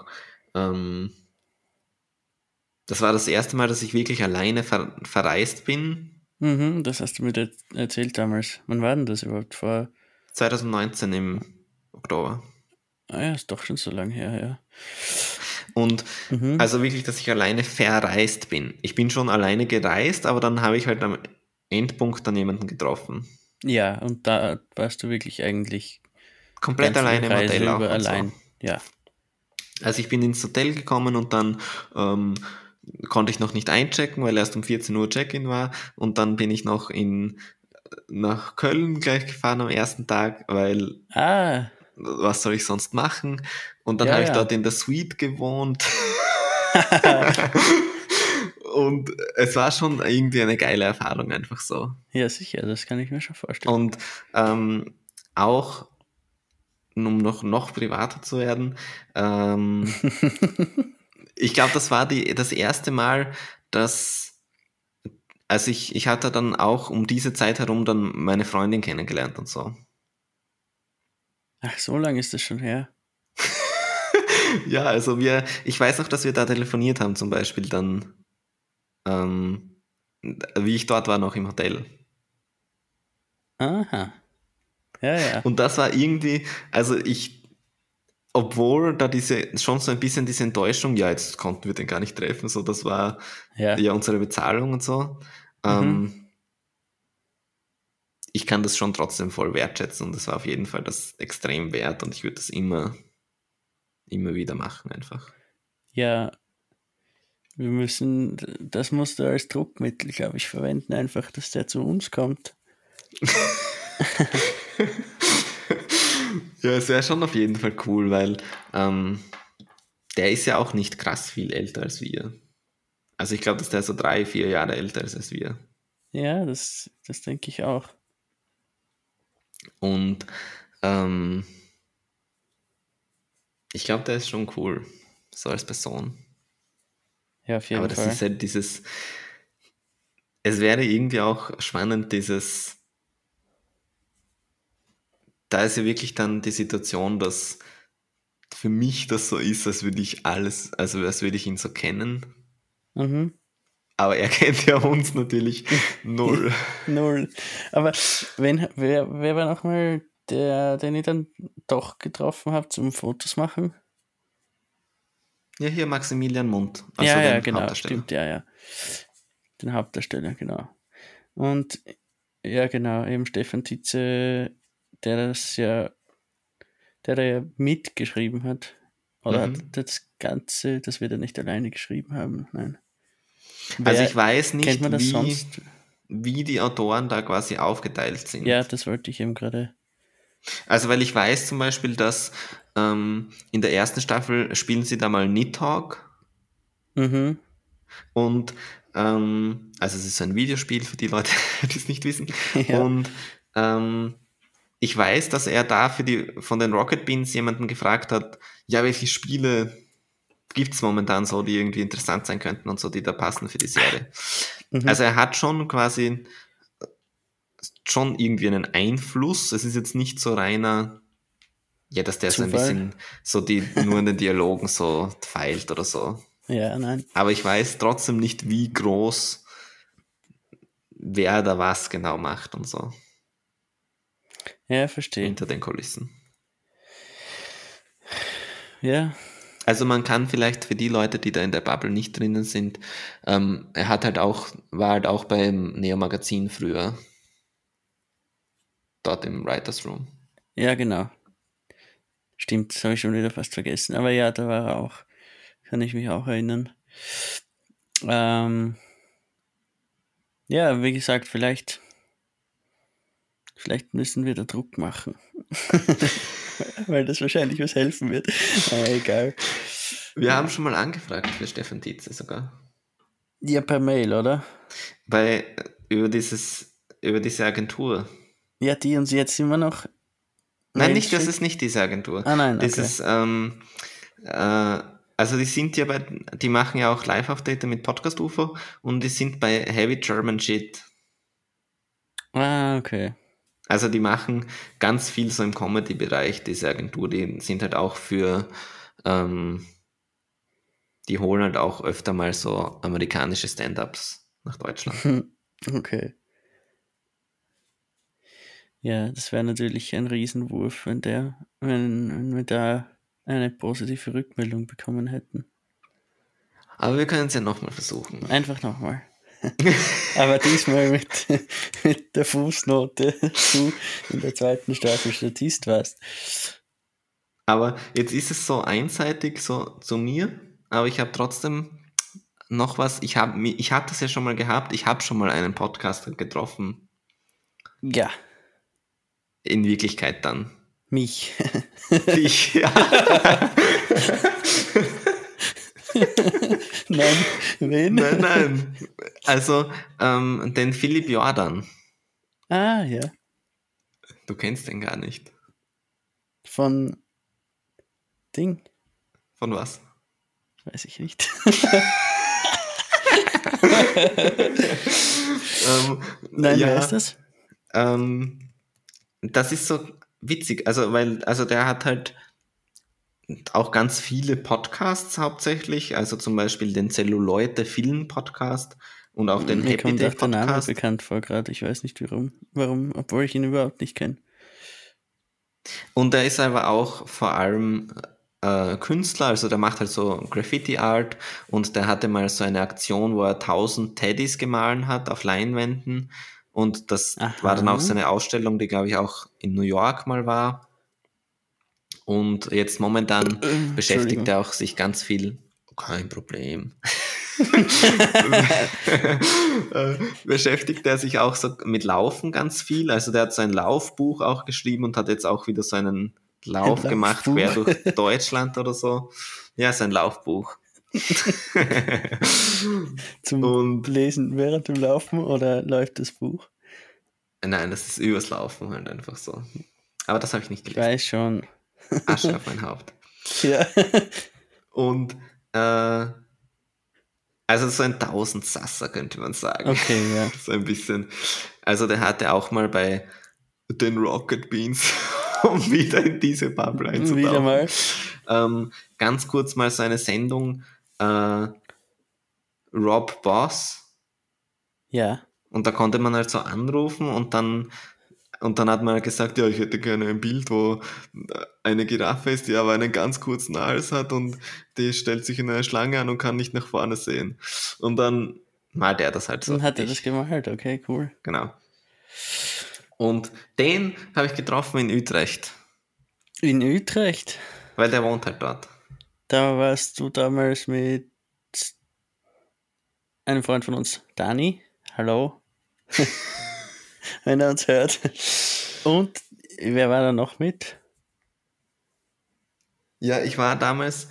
das war das erste Mal, dass ich wirklich alleine verreist bin. Mhm, das hast du mir erzählt damals. Wann war denn das überhaupt? 2019 im Oktober. Ah ja, ist doch schon so lange her, ja. Und Mhm. also wirklich, dass ich alleine verreist bin. Ich bin schon alleine gereist, aber dann habe ich halt am Endpunkt dann jemanden getroffen. Ja, und da warst du wirklich eigentlich die Komplett ganze alleine im Reise Hotel auch über und so. allein. Ja. Also ich bin ins Hotel gekommen und dann konnte ich noch nicht einchecken, weil erst um 14 Uhr Check-in war. Und dann bin ich noch nach Köln gleich gefahren am ersten Tag, weil Ah, was soll ich sonst machen? Und dann ja, habe ich ja. dort in der Suite gewohnt. Und es war schon irgendwie eine geile Erfahrung, einfach so. Ja, sicher, das kann ich mir schon vorstellen. Und auch, um noch privater zu werden, ich glaube, das war das erste Mal, dass, also ich hatte dann auch um diese Zeit herum dann meine Freundin kennengelernt und so. Ach, so lange ist das schon her. Ja, also ich weiß noch, dass wir da telefoniert haben zum Beispiel dann, wie ich dort war noch im Hotel. Aha. Ja, ja. Und das war irgendwie, also obwohl da schon so ein bisschen diese Enttäuschung, ja, jetzt konnten wir den gar nicht treffen, so, das war Ja. ja unsere Bezahlung und so. Mhm. Ähm, Ich kann das schon trotzdem voll wertschätzen und das war auf jeden Fall das extrem wert und ich würde das immer wieder machen einfach. Ja, das musst du als Druckmittel, glaube ich, verwenden, einfach, dass der zu uns kommt. Ja, es wäre schon auf jeden Fall cool, weil der ist ja auch nicht krass viel älter als wir. Also ich glaube, dass der so 3, 4 Jahre älter ist als wir. Ja, das denke ich auch. Und ähm, ich glaube, der ist schon cool, so als Person. Ja, auf Aber jeden das Fall. ist halt es wäre irgendwie auch spannend, da ist ja wirklich dann die Situation, dass für mich das so ist, als würde ich also als würde ich ihn so kennen. Mhm. Aber er kennt ja uns natürlich null. Null. Aber wer war nochmal der, den ich dann doch getroffen habe zum Fotos machen? Ja, hier Maximilian Mund, also Ja, ja, den genau, Hauptdarsteller. stimmt, ja, ja. Den Hauptdarsteller, genau. Und ja, genau, eben Stefan Tietze, der der da ja mitgeschrieben hat. Oder hat Mhm. das Ganze, das wird er nicht alleine geschrieben haben, nein. Also ich Wer, weiß kennt man nicht, das sonst? wie die Autoren da quasi aufgeteilt Ja, sind. das wollte ich eben gerade. Also weil ich weiß zum Beispiel, dass in der ersten Staffel spielen sie da mal Nidhogg Mhm. und also es ist so ein Videospiel für die Leute, die es nicht wissen. Ja. Und ich weiß, dass er da von den Rocket Beans jemanden gefragt hat, ja, welche Spiele gibt es momentan so, die irgendwie interessant sein könnten und so, die da passen für die Serie. Mhm. Also er hat schon quasi schon irgendwie einen Einfluss. Es ist jetzt nicht so reiner, ja, dass der so ein Zufall. bisschen so nur in den Dialogen so feilt oder so. Ja, nein. Aber ich weiß trotzdem nicht, wie groß wer da was genau macht und so Ja, verstehe. hinter den Kulissen. Ja, Also man kann vielleicht für die Leute, die da in der Bubble nicht drinnen sind, war halt auch beim Neo Magazin früher, dort im Writers Room. ja, genau. Stimmt, das habe ich schon wieder fast vergessen. Aber ja, da war er auch. Kann ich mich auch erinnern. Ähm, ja, wie gesagt, vielleicht müssen wir da Druck machen. weil das wahrscheinlich was helfen wird. Aber egal. Wir haben schon mal angefragt für Stefan Tietze sogar. Ja, per Mail, oder? Über diese Agentur. Ja, die uns jetzt immer noch Nein, Mails das schickt. ist nicht diese Agentur. Ah, nein, okay. Dieses, also die sind ja die machen ja auch Live-Auftritte mit Podcast UFO und die sind bei Heavy German Shit. Ah, okay. Also die machen ganz viel so im Comedy-Bereich, diese Agentur. Die sind halt auch die holen halt auch öfter mal so amerikanische Stand-Ups nach Deutschland. Okay. Ja, das wäre natürlich ein Riesenwurf, wenn wir da eine positive Rückmeldung bekommen hätten. Aber wir können es ja nochmal versuchen. Einfach nochmal. Aber diesmal mit der Fußnote, dass du in der 2. Staffel Statist warst. Aber jetzt ist es so einseitig so zu mir, aber ich habe trotzdem noch was. Ich hab das ja schon mal gehabt. Ich habe schon mal einen Podcaster getroffen. Ja, In Wirklichkeit dann. mich. Ich, ja. Nein, wen? Nein. Also den Philipp Jordan. Ah, ja. Du kennst den gar nicht. Von Ding, Von was? weiß ich nicht. Nein, wer ist das? Das ist so witzig, also der hat halt auch ganz viele Podcasts hauptsächlich, also zum Beispiel den Celluloide Film Podcast und auch den Mir Happy kommt Day auch der Name Podcast. bekannt vor gerade. Ich weiß nicht warum, obwohl ich ihn überhaupt nicht kenne. Und er ist aber auch vor allem Künstler, also der macht halt so Graffiti Art und der hatte mal so eine Aktion, wo er 1000 Teddys gemahlen hat auf Leinwänden und das war dann auch so eine Ausstellung, die glaube ich auch in New York mal war. Und jetzt momentan beschäftigt er auch sich ganz viel, kein Problem, beschäftigt er sich auch so mit Laufen ganz viel. Also der hat so ein Laufbuch auch geschrieben und hat jetzt auch wieder so einen Lauf gemacht, quer durch Deutschland oder so. Ja, sein Laufbuch. Zum Lesen während dem Laufen oder läuft das Buch? Nein, das ist übers Laufen halt einfach so. Aber das habe ich nicht Ich gelesen. weiß schon. Asche auf mein Haupt. Ja. Und also so ein Tausendsasser könnte man sagen. Okay, ja. So ein bisschen. Also der hatte auch mal bei den Rocket Beans, um wieder in diese Bubble einzutauchen. Wieder mal. Ganz kurz mal so eine Sendung Rob Boss. Ja. Und da konnte man halt so anrufen und dann hat man halt gesagt, ja, ich hätte gerne ein Bild, wo eine Giraffe ist, die aber einen ganz kurzen Hals hat und die stellt sich in eine Schlange an und kann nicht nach vorne sehen. Und dann malt er das halt so. Dann hat er das gemalt, okay, cool. Genau. Und den habe ich getroffen in Utrecht. In Utrecht? Weil der wohnt halt dort. Da warst du damals mit einem Freund von uns, Dani. Hallo. Wenn er uns hört. Und wer war da noch mit? Ja, ich war damals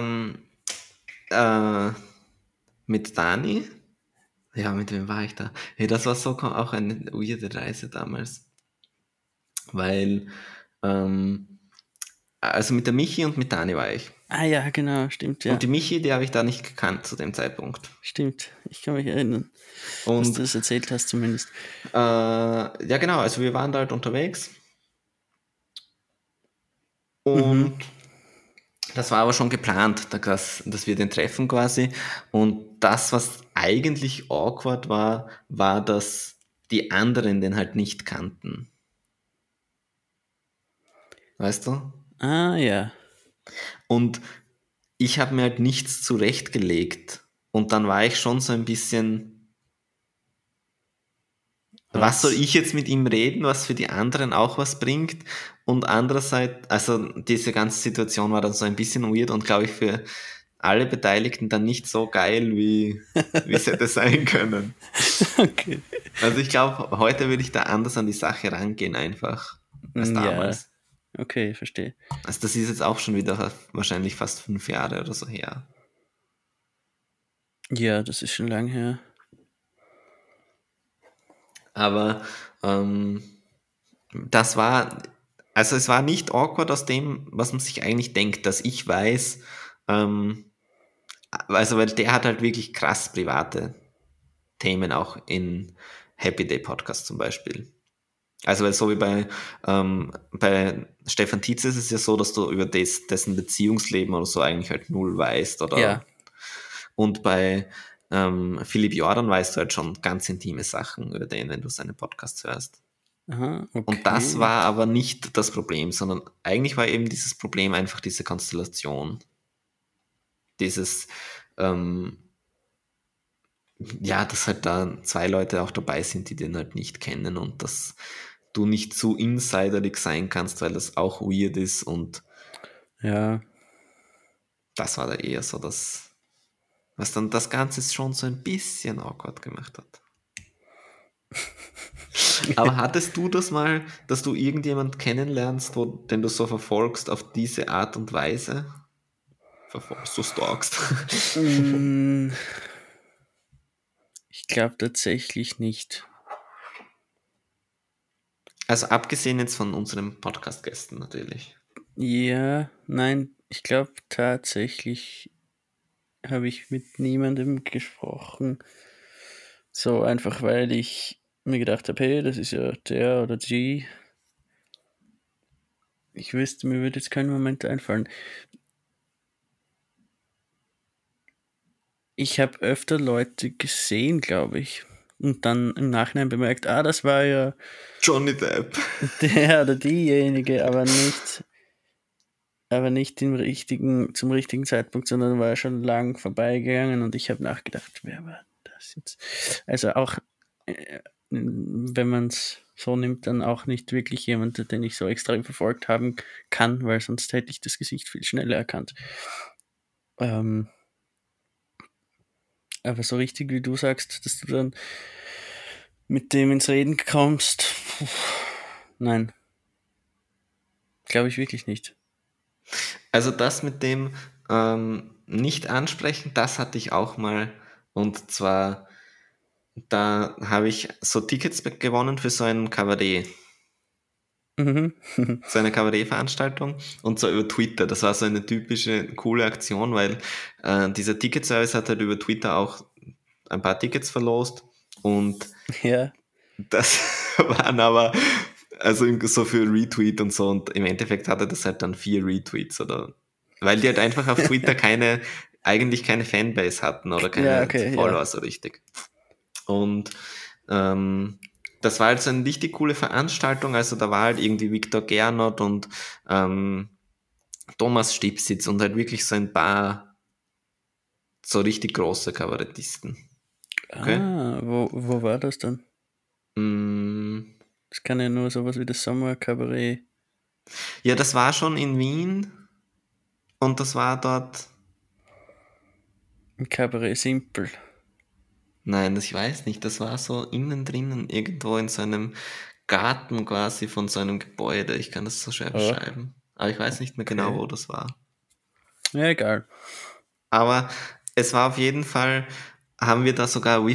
mit Dani. Ja, mit wem war ich da? Hey, das war so auch eine weirde Reise damals. Weil, also mit der Michi und mit Dani war ich. Ah ja, genau, stimmt, ja. Und die Michi, die habe ich da nicht gekannt zu dem Zeitpunkt. Stimmt, ich kann mich erinnern, Und, dass du das erzählt hast zumindest. Ja, genau, also wir waren da halt unterwegs. Und das war aber schon geplant, dass wir den treffen quasi. Und das, was eigentlich awkward war, dass die anderen den halt nicht kannten. Weißt du? Ah ja. Und ich habe mir halt nichts zurechtgelegt. Und dann war ich schon so ein bisschen, was soll ich jetzt mit ihm reden, was für die anderen auch was bringt? Und andererseits, also diese ganze Situation war dann so ein bisschen weird und glaube ich für alle Beteiligten dann nicht so geil, wie es hätte sein können. Okay. Also ich glaube, heute würde ich da anders an die Sache rangehen einfach als damals. Okay, verstehe. Also das ist jetzt auch schon wieder wahrscheinlich fast 5 Jahre oder so her. Ja, das ist schon lang her. Aber das war, also es war nicht awkward aus dem, was man sich eigentlich denkt, dass ich weiß, also weil der hat halt wirklich krass private Themen auch in Happy Day Podcast zum Beispiel. Also weil so wie bei Stefan Tietze ist es ja so, dass du über dessen Beziehungsleben oder so eigentlich halt null weißt. Ja. Und bei Philipp Jordan weißt du halt schon ganz intime Sachen über den, wenn du seine Podcasts hörst. Aha, Und das okay. war aber nicht das Problem, sondern eigentlich war eben dieses Problem einfach diese Konstellation. Dieses, ähm, ja, dass halt da zwei Leute auch dabei sind, die den halt nicht kennen und dass du nicht zu insiderlich sein kannst, weil das auch weird ist und Ja. das war da eher so was dann das Ganze schon so ein bisschen awkward gemacht hat. Aber hattest du das mal, dass du irgendjemand kennenlernst, den du so verfolgst auf diese Art und Weise? Verfolgst, du stalkst? Mm, ich glaube tatsächlich nicht. Also abgesehen jetzt von unseren Podcast-Gästen natürlich. Ja, nein, ich glaube tatsächlich habe ich mit niemandem gesprochen. So einfach, weil ich mir gedacht habe, hey, das ist ja der oder die. Ich wüsste, mir würde jetzt kein Moment einfallen. Ich habe öfter Leute gesehen, glaube ich. Und dann im Nachhinein bemerkt, das war ja Johnny Depp. der oder diejenige, aber nicht zum richtigen Zeitpunkt, sondern war schon lang vorbeigegangen und ich habe nachgedacht, wer war das jetzt? Also auch, wenn man es so nimmt, dann auch nicht wirklich jemand, den ich so extrem verfolgt haben kann, weil sonst hätte ich das Gesicht viel schneller erkannt. Ähm, aber so richtig, wie du sagst, dass du dann mit dem ins Reden kommst, nein, glaube ich wirklich nicht. Also das mit dem nicht ansprechen, das hatte ich auch mal. Und zwar, da habe ich so Tickets gewonnen für so ein Kabarett. Mhm. So eine Kabarettveranstaltung und so über Twitter. Das war so eine typische coole Aktion, weil dieser Ticketservice hat halt über Twitter auch ein paar Tickets verlost und Ja, das waren aber also so für Retweet und so und im Endeffekt hatte das halt dann 4 Retweets oder weil die halt einfach auf Twitter eigentlich keine Fanbase hatten oder ja, keine okay, ja. Follower so richtig. Und ähm, das war halt so eine richtig coole Veranstaltung. Also da war halt irgendwie Viktor Gernot und ähm, Thomas Stipsitz und halt wirklich so ein paar so richtig große Kabarettisten. Okay? Wo war das dann? Mm, Das kann ja nur sowas wie das Sommerkabarett ja, das war schon in Wien und das war dort. im Kabarett Simpel. Nein, ich weiß nicht. Das war so innen drinnen, irgendwo in so einem Garten quasi von so einem Gebäude. Ich kann das so schwer Oh, beschreiben. Aber ich weiß nicht mehr genau, okay. wo das war. Ja, egal. Aber es war auf jeden Fall, haben wir da sogar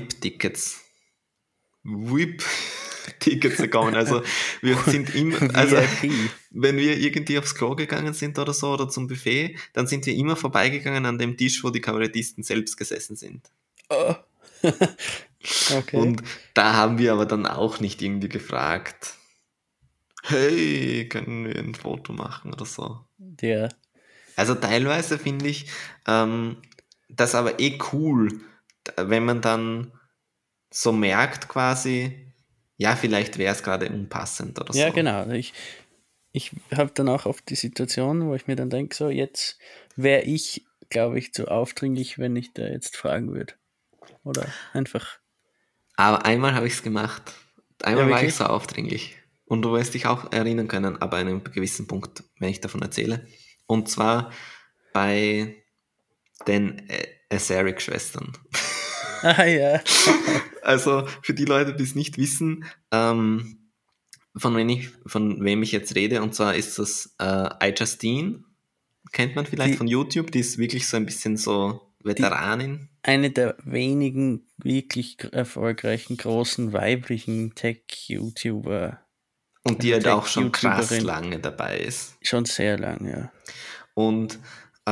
VIP-Tickets bekommen. Also wir sind immer, also VIP. wenn wir irgendwie aufs Klo gegangen sind oder so oder zum Buffet, dann sind wir immer vorbeigegangen an dem Tisch, wo die Kabarettisten selbst gesessen sind. Oh. Okay. Und da haben wir aber dann auch nicht irgendwie gefragt, hey, können wir ein Foto machen oder so. Ja. Also teilweise finde ich das aber cool, wenn man dann so merkt quasi, ja, vielleicht wäre es gerade unpassend oder Ja, so. genau. Ich habe dann auch oft die Situation, wo ich mir dann denke, so jetzt wäre ich, glaube ich, zu aufdringlich, wenn ich da jetzt fragen würde. Oder einfach. Aber einmal habe ich es gemacht. Ja, Einmal war ich so wirklich? aufdringlich. Und du wirst dich auch erinnern können, ab einem gewissen Punkt, wenn ich davon erzähle. Und zwar bei den Azaric-Schwestern. Ah ja. Also für die Leute, die es nicht wissen, von wem ich jetzt rede, und zwar ist das iJustine, kennt man vielleicht Die, von YouTube, die ist wirklich so ein bisschen so die Veteranin. eine der wenigen wirklich erfolgreichen großen weiblichen Tech-YouTuber, Und die also halt auch schon krass Tech-YouTuberin, lange dabei ist. schon sehr lang, ja. Und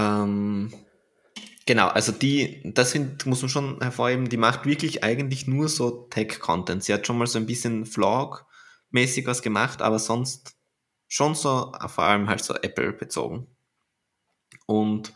genau, also muss man schon hervorheben, die macht wirklich eigentlich nur so Tech-Content. Sie hat schon mal so ein bisschen Vlog-mäßig was gemacht, aber sonst schon so, vor allem halt so Apple bezogen. Und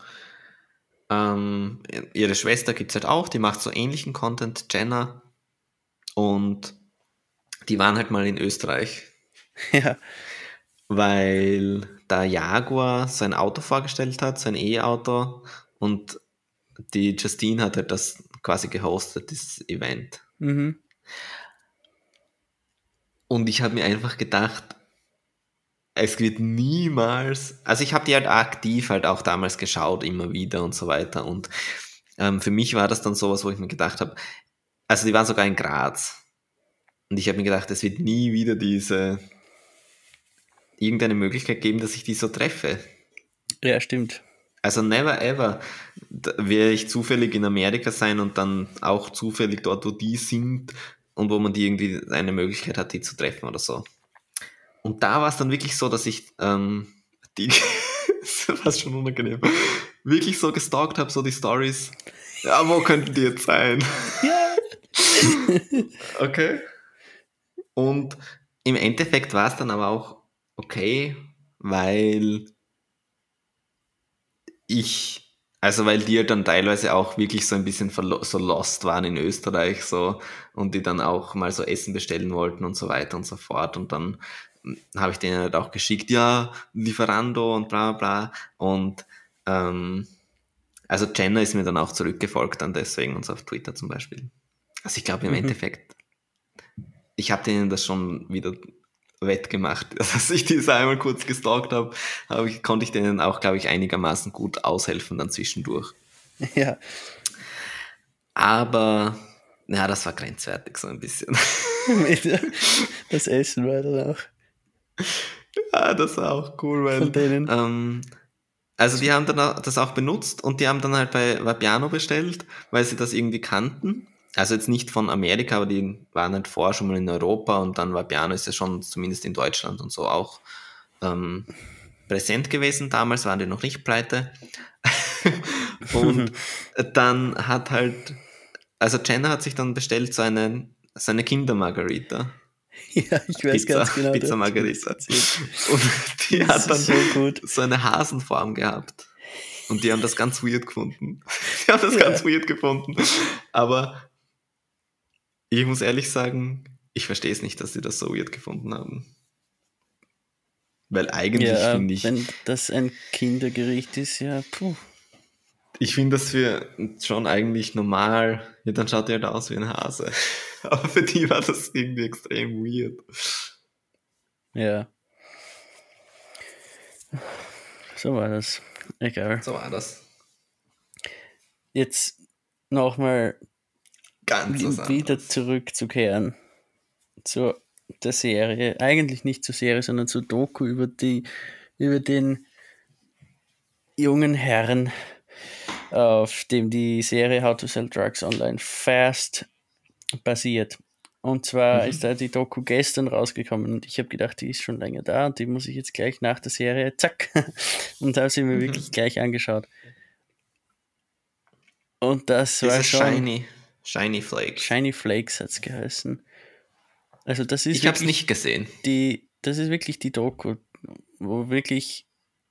ihre Schwester gibt es halt auch, die macht so ähnlichen Content, Jenna. Und die waren halt mal in Österreich, Ja, weil da Jaguar sein Auto vorgestellt hat, sein E-Auto. Und die Justine hat halt das quasi gehostet, dieses Event. mhm. Und ich habe mir einfach gedacht, es wird niemals, also ich habe die halt aktiv halt auch damals geschaut, immer wieder und so weiter. Und für mich war das dann sowas, wo ich mir gedacht habe, also die waren sogar in Graz. Und ich habe mir gedacht, es wird nie wieder irgendeine Möglichkeit geben, dass ich die so treffe. Ja, stimmt. Also never ever werde ich zufällig in Amerika sein und dann auch zufällig dort, wo die sind und wo man die irgendwie eine Möglichkeit hat, die zu treffen oder so. Und da war es dann wirklich so, dass ich die, das war fast schon unangenehm, wirklich so gestalkt habe, so die Stories. Ja, wo könnten die jetzt sein? Ja. Okay. Und im Endeffekt war es dann aber auch okay, weil weil die halt dann teilweise auch wirklich so ein bisschen so lost waren in Österreich so und die dann auch mal so Essen bestellen wollten und so weiter und so fort. Und dann habe ich denen halt auch geschickt, ja, Lieferando und bla bla bla. Und also Jenna ist mir dann auch zurückgefolgt dann deswegen und so auf Twitter zum Beispiel. Also ich glaube im Mhm. Endeffekt, ich habe denen das schon wieder wettgemacht. Als ich diese einmal kurz gestalkt habe, konnte ich denen auch, glaube ich, einigermaßen gut aushelfen dann zwischendurch. Ja. Aber ja, das war grenzwertig so ein bisschen. Das Essen war dann auch Ja, das war auch cool, von weil denen. also die haben dann das auch benutzt und die haben dann halt bei Vapiano bestellt, weil sie das irgendwie kannten. Also jetzt nicht von Amerika, aber die waren halt vorher schon mal in Europa und dann Vapiano ist ja schon zumindest in Deutschland und so auch präsent gewesen. Damals waren die noch nicht pleite. Und dann hat halt, also Jenna hat sich dann bestellt so eine Kinder-Margarita. Ja, ich weiß Pizza, ganz genau, du Pizza hast mir das Margarita. erzählt. Und die Das hat ist dann so gut. so eine Hasenform gehabt. Und die haben das ganz weird gefunden. Die haben das Ja, ganz weird gefunden. Aber ich muss ehrlich sagen, ich verstehe es nicht, dass sie das so weird gefunden haben. Weil eigentlich ja, finde ich, wenn das ein Kindergericht ist, ja, puh. ich finde das für schon eigentlich normal. Ja, dann schaut er halt aus wie ein Hase. Aber für die war das irgendwie extrem weird. Ja, so war das. Egal. So war das. Jetzt nochmal Ganz was wieder anderes. zurückzukehren zu der Serie. Eigentlich nicht zur Serie, sondern zur Doku über den jungen Herrn, auf dem die Serie How to Sell Drugs Online Fast basiert. Und zwar ist Mhm. da die Doku gestern rausgekommen und ich habe gedacht, die ist schon länger da und die muss ich jetzt gleich nach der Serie, zack, und habe sie mir wirklich Mhm. gleich angeschaut. Und das Ist war es schon Shiny Flakes? Shiny Flakes hat's geheißen. Also Ich habe es nicht gesehen. das ist wirklich die Doku, wo wirklich,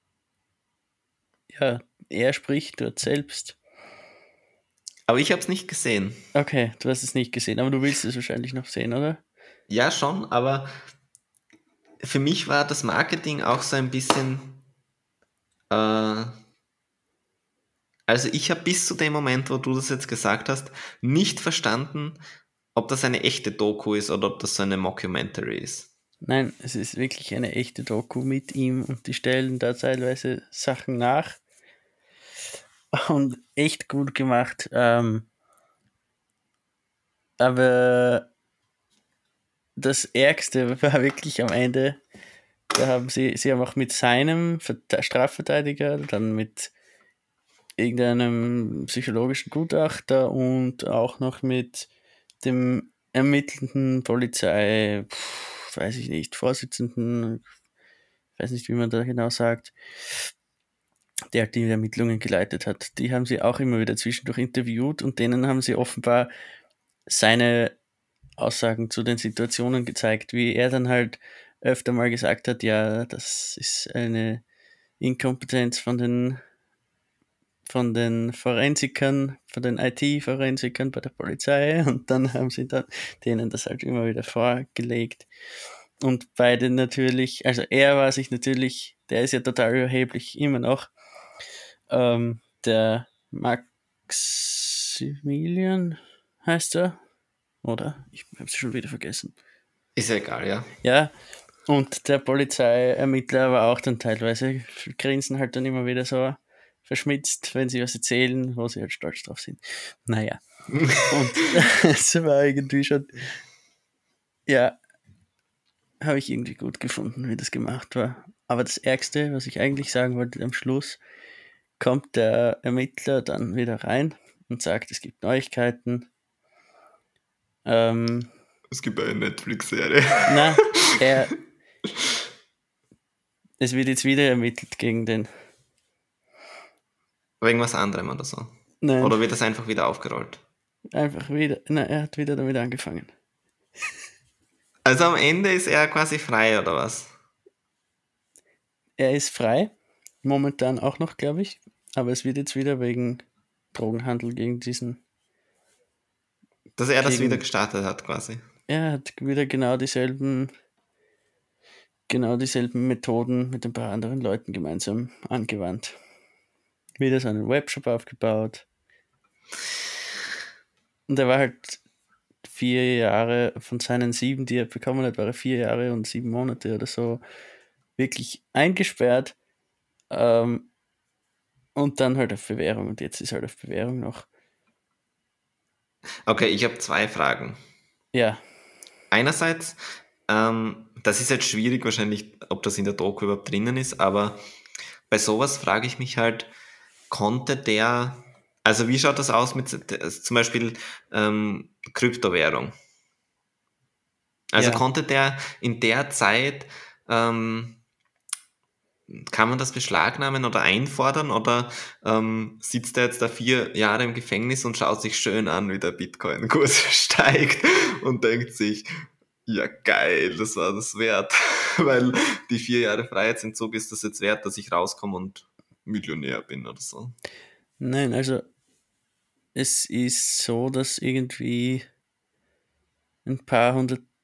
ja, er spricht dort selbst. Aber ich habe es nicht gesehen. Okay, du hast es nicht gesehen, aber du willst es wahrscheinlich noch sehen, oder? Ja, schon, aber für mich war das Marketing auch so ein bisschen. Äh, also ich habe bis zu dem Moment, wo du das jetzt gesagt hast, nicht verstanden, ob das eine echte Doku ist oder ob das so eine Mockumentary ist. Nein, es ist wirklich eine echte Doku mit ihm und die stellen da teilweise Sachen nach und echt gut gemacht. Aber das Ärgste war wirklich am Ende, sie haben auch mit seinem Strafverteidiger, dann mit irgendeinem psychologischen Gutachter und auch noch mit dem ermittelnden Polizei, weiß ich nicht, Vorsitzenden, weiß nicht, wie man da genau sagt, der die Ermittlungen geleitet hat. Die haben sie auch immer wieder zwischendurch interviewt und denen haben sie offenbar seine Aussagen zu den Situationen gezeigt, wie er dann halt öfter mal gesagt hat, ja, das ist eine Inkompetenz von den Forensikern, von den IT-Forensikern bei der Polizei und dann haben sie dann denen das halt immer wieder vorgelegt. Und beide natürlich, also er war sich natürlich, der ist ja total überheblich, immer noch. Der Maximilian heißt er, oder? Ich hab's schon wieder vergessen. Ist ja egal, ja. Ja, und der Polizeiermittler war auch dann teilweise, grinsen halt dann immer wieder so verschmitzt, wenn sie was erzählen, wo sie halt stolz drauf sind. Naja. Und es war irgendwie schon, ja, habe ich irgendwie gut gefunden, wie das gemacht war. Aber das Ärgste, was ich eigentlich sagen wollte, am Schluss kommt der Ermittler dann wieder rein und sagt, es gibt Neuigkeiten. Es gibt eine Netflix-Serie. Na, es wird jetzt wieder ermittelt gegen den. Wegen was anderem oder so. Nein. Oder wird das einfach wieder aufgerollt? Einfach wieder. Na, er hat wieder damit angefangen. Also am Ende ist er quasi frei, oder was? Er ist frei. Momentan auch noch, glaube ich. Aber es wird jetzt wieder wegen Drogenhandel gegen diesen. Dass er das wieder gestartet hat, quasi. Er hat wieder genau dieselben Methoden mit ein paar anderen Leuten gemeinsam angewandt. Wieder seinen Webshop aufgebaut. Und er war halt 4 Jahre von seinen 7, die er bekommen hat, war er 4 Jahre und 7 Monate oder so wirklich eingesperrt. Und dann halt auf Bewährung. Und jetzt ist halt auf Bewährung noch. Okay, ich habe 2 Fragen. Ja. Einerseits, das ist jetzt schwierig wahrscheinlich, ob das in der Doku überhaupt drinnen ist, aber bei sowas frage ich mich halt, konnte der, also wie schaut das aus mit zum Beispiel Kryptowährung? Also konnte der in der Zeit, kann man das beschlagnahmen oder einfordern oder sitzt er jetzt da 4 Jahre im Gefängnis und schaut sich schön an, wie der Bitcoin-Kurs steigt und denkt sich, ja geil, das war das wert, weil die 4 Jahre Freiheitsentzug ist das jetzt wert, dass ich rauskomme und Millionär bin oder so. Nein, also es ist so, dass irgendwie ein paar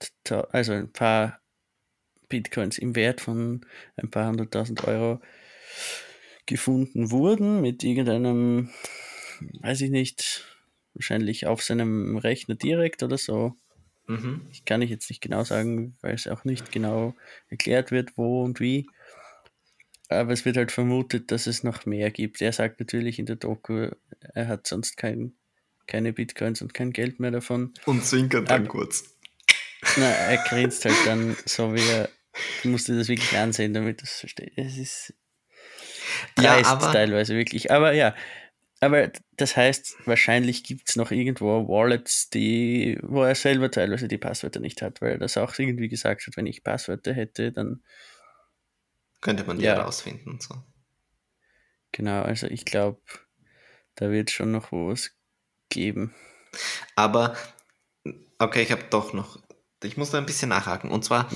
Bitcoins im Wert von ein paar 100.000 Euro gefunden wurden mit irgendeinem, weiß ich nicht, wahrscheinlich auf seinem Rechner direkt oder so. Ich kann ich jetzt nicht genau sagen, weil es auch nicht genau erklärt wird, wo und wie. Aber es wird halt vermutet, dass es noch mehr gibt. Er sagt natürlich in der Doku, er hat sonst keine Bitcoins und kein Geld mehr davon. Und zwinkert dann kurz. Na, er grinst halt dann so, wie er. Du musst dir das wirklich ansehen, damit du es verstehst. Es ist dreist teilweise wirklich. Aber ja, aber das heißt, wahrscheinlich gibt es noch irgendwo Wallets, wo er selber teilweise die Passwörter nicht hat, weil er das auch irgendwie gesagt hat, wenn ich Passwörter hätte, dann könnte man die herausfinden und so. Genau, also ich glaube, da wird schon noch was geben. Aber, okay, ich muss da ein bisschen nachhaken. Und zwar,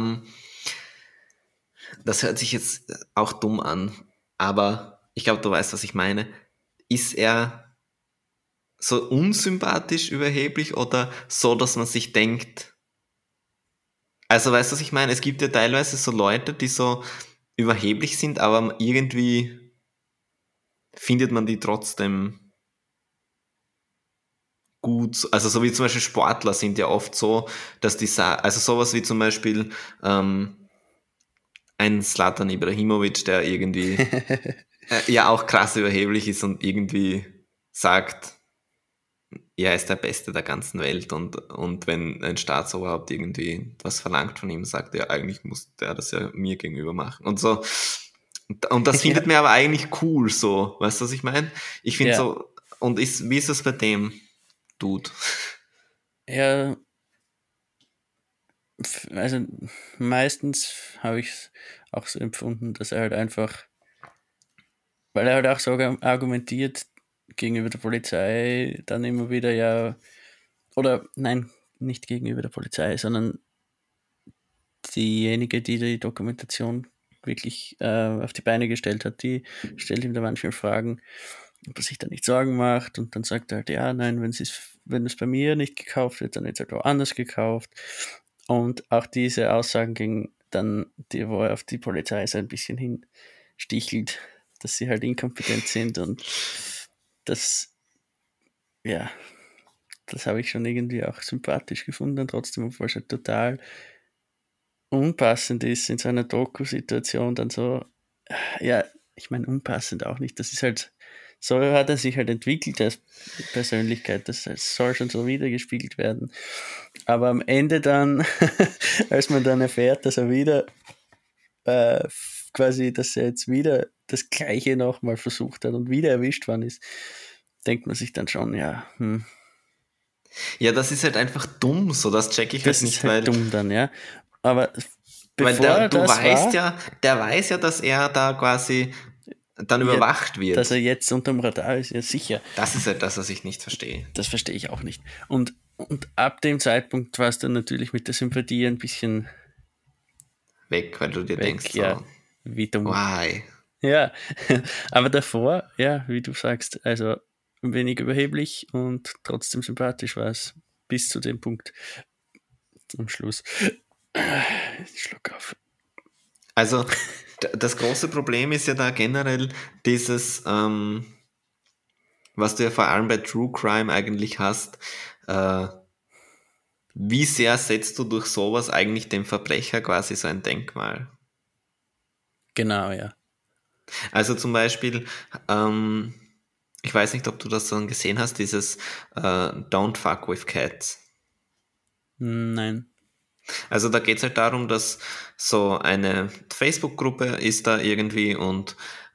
das hört sich jetzt auch dumm an, aber ich glaube, du weißt, was ich meine. Ist er so unsympathisch überheblich oder so, dass man sich denkt, also weißt du, was ich meine? Es gibt ja teilweise so Leute, die so überheblich sind, aber irgendwie findet man die trotzdem gut. Also so wie zum Beispiel Sportler sind ja oft so, dass die also sowas wie zum Beispiel ein Zlatan Ibrahimovic, der irgendwie ja auch krass überheblich ist und irgendwie sagt, er ist der Beste der ganzen Welt und wenn ein Staatsoberhaupt irgendwie was verlangt von ihm, sagt er, eigentlich muss der das ja mir gegenüber machen und so. Und das Ja, findet mir aber eigentlich cool so, weißt du, was ich meine? Ich finde ja, so, wie ist es bei dem Dude? ja, also meistens habe ich es auch so empfunden, dass er halt einfach, weil er halt auch so argumentiert gegenüber der Polizei, dann immer wieder ja, oder nein, nicht gegenüber der Polizei, sondern diejenige, die die Dokumentation wirklich auf die Beine gestellt hat, die stellt ihm da manchmal Fragen, ob er sich da nicht Sorgen macht und dann sagt er halt, ja, nein, wenn es bei mir nicht gekauft wird, dann wird es halt woanders gekauft. Und auch diese Aussagen gegen dann, wo er auf die Polizei so ein bisschen hinstichelt, dass sie halt inkompetent sind und das, ja, das habe ich schon irgendwie auch sympathisch gefunden, trotzdem, obwohl es halt total unpassend ist in so einer Doku-Situation dann so, ja, ich meine unpassend auch nicht, das ist halt, so hat er sich halt entwickelt als Persönlichkeit, das soll schon so wiedergespiegelt werden. Aber am Ende dann, als man dann erfährt, dass er wieder quasi, dass er jetzt wieder das Gleiche nochmal versucht hat und wieder erwischt worden ist, denkt man sich dann schon, ja, Ja, das ist halt einfach dumm, so das check ich halt das ist nicht, halt dumm dann, ja. Aber weil bevor du das weißt war, ja, der weiß ja, dass er da quasi dann ja, überwacht dass er wird. jetzt unterm Radar ist, ja sicher. Das ist halt das, was ich nicht verstehe. Das verstehe ich auch nicht. Und ab dem Zeitpunkt war es dann natürlich mit der Sympathie ein bisschen Weg, weil du dir denkst weg, ja, so, wie dumm. why? Ja, aber davor, ja, wie du sagst, also wenig überheblich und trotzdem sympathisch war es bis zu dem Punkt am Schluss. Schluck auf. Also das große Problem ist ja da generell dieses, was du ja vor allem bei True Crime eigentlich hast, äh, wie sehr setzt du durch sowas eigentlich dem Verbrecher quasi so ein Denkmal? Genau, ja. Also zum Beispiel, ähm, ich weiß nicht, ob du das dann gesehen hast, dieses Don't fuck with cats. Nein. Also da geht es halt darum, dass so eine Facebook-Gruppe ist da irgendwie und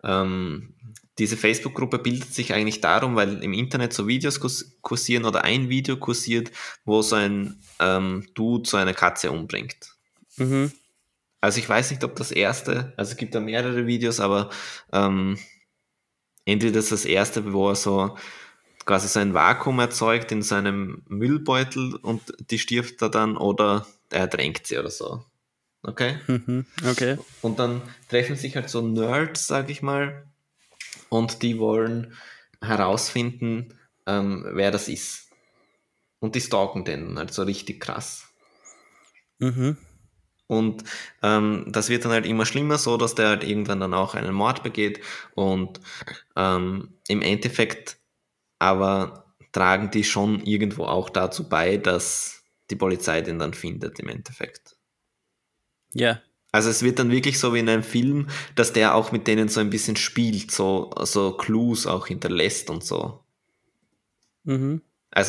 diese Facebook-Gruppe bildet sich eigentlich darum, weil im Internet so Videos kursieren oder ein Video kursiert, wo so ein Dude so eine Katze umbringt. Mhm. Also ich weiß nicht, ob das erste, also es gibt da mehrere Videos, aber ähm, entweder das erste, wo er so quasi so ein Vakuum erzeugt in seinem Müllbeutel und die stirbt da dann oder er ertränkt sie oder so. Okay? Mhm. Okay. Und dann treffen sich halt so Nerds, sag ich mal, und die wollen herausfinden, wer das ist. Und die stalken den halt so richtig krass. Mhm. Und das wird dann halt immer schlimmer, so dass der halt irgendwann dann auch einen Mord begeht. Und im Endeffekt aber tragen die schon irgendwo auch dazu bei, dass die Polizei den dann findet im Endeffekt. Ja. Also es wird dann wirklich so wie in einem Film, dass der auch mit denen so ein bisschen spielt, so Clues auch hinterlässt und so. Mhm. Also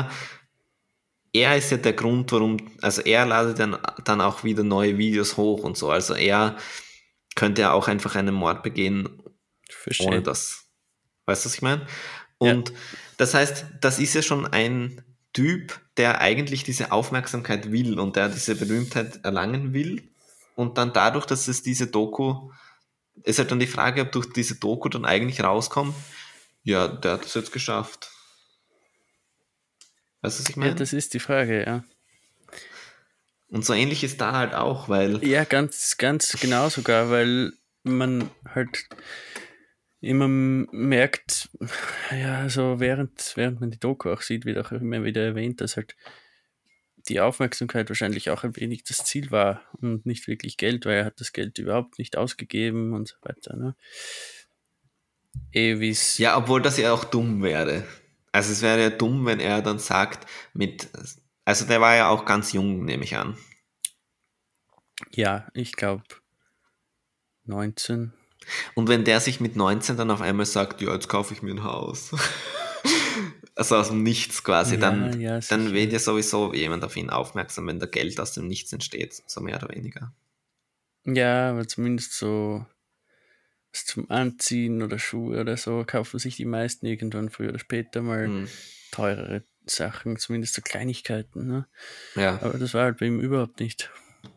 er ist ja der Grund, warum, also er ladet dann auch wieder neue Videos hoch und so. Also er könnte ja auch einfach einen Mord begehen, ohne Verstehe. das. Weißt du, was ich meine? Ja. Und das heißt, das ist ja schon ein Typ, der eigentlich diese Aufmerksamkeit will und der diese Berühmtheit erlangen will. Und dann dadurch, dass es diese Doku, ist halt dann die Frage, ob durch diese Doku dann eigentlich rauskommt, ja, der hat es jetzt geschafft. Weißt du, was ich Ja, meine? das ist die Frage, ja. Und so ähnlich ist da halt auch, weil, Ja, ganz, ganz genau sogar, weil man halt immer merkt, ja, so während man die Doku auch sieht, wird auch immer wieder erwähnt, dass halt die Aufmerksamkeit wahrscheinlich auch ein wenig das Ziel war und nicht wirklich Geld, weil er hat das Geld überhaupt nicht ausgegeben und so weiter. Ne? Wie's, ja, obwohl das ja auch dumm wäre. Also es wäre ja dumm, wenn er dann sagt, also der war ja auch ganz jung, nehme ich an. ja, ich glaube 19. Und wenn der sich mit 19 dann auf einmal sagt, ja, jetzt kaufe ich mir ein Haus. also aus dem Nichts quasi, Ja, dann, ja, dann wird sicher. ja sowieso jemand auf ihn aufmerksam, wenn da Geld aus dem Nichts entsteht, so mehr oder weniger. Ja, aber zumindest so was zum Anziehen oder Schuhe oder so kaufen sich die meisten irgendwann früher oder später mal Hm. teurere Sachen, zumindest so Kleinigkeiten. Ne? Ja. Aber das war halt bei ihm überhaupt nicht.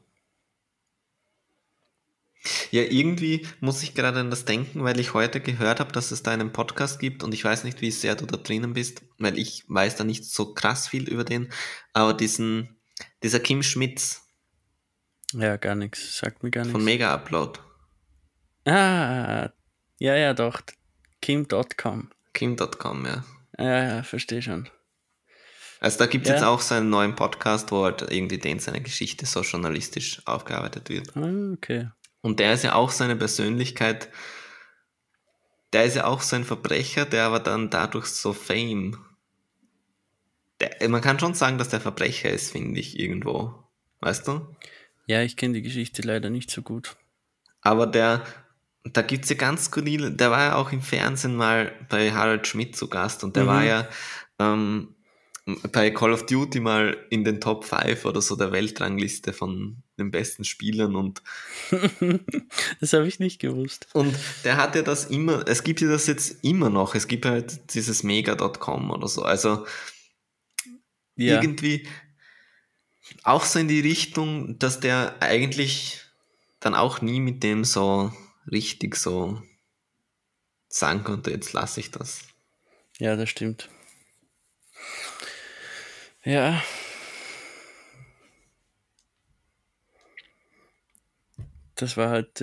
Ja, irgendwie muss ich gerade an das denken, weil ich heute gehört habe, dass es da einen Podcast gibt und ich weiß nicht, wie sehr du da drinnen bist, weil ich weiß da nicht so krass viel über den, aber dieser Kim Schmitz Ja, gar nichts. Sagt mir gar von nichts. Mega Upload, Ah, ja, ja, doch. Kim.com. Kim.com, ja. Ja, ja, verstehe schon. Also da gibt es jetzt Ja, auch so einen neuen Podcast, wo halt irgendwie seine Geschichte so journalistisch aufgearbeitet wird. okay. Und der ist ja auch so eine Persönlichkeit, der ist ja auch so ein Verbrecher, der aber dann dadurch so Fame. Man kann schon sagen, dass der Verbrecher ist, finde ich, irgendwo. Weißt du? Ja, ich kenne die Geschichte leider nicht so gut. Aber da gibt es ja ganz skurrile, der war ja auch im Fernsehen mal bei Harald Schmidt zu Gast und der war Mhm. ja ähm, bei Call of Duty mal in den Top 5 oder so der Weltrangliste von den besten Spielern Das habe ich nicht gewusst. und der hat ja das immer, es gibt ja das jetzt immer noch, es gibt halt dieses Mega.com oder so, also Ja, irgendwie auch so in die Richtung, dass der eigentlich dann auch nie mit dem so richtig so sagen konnte, jetzt lasse ich das. ja, das stimmt. Ja, das war halt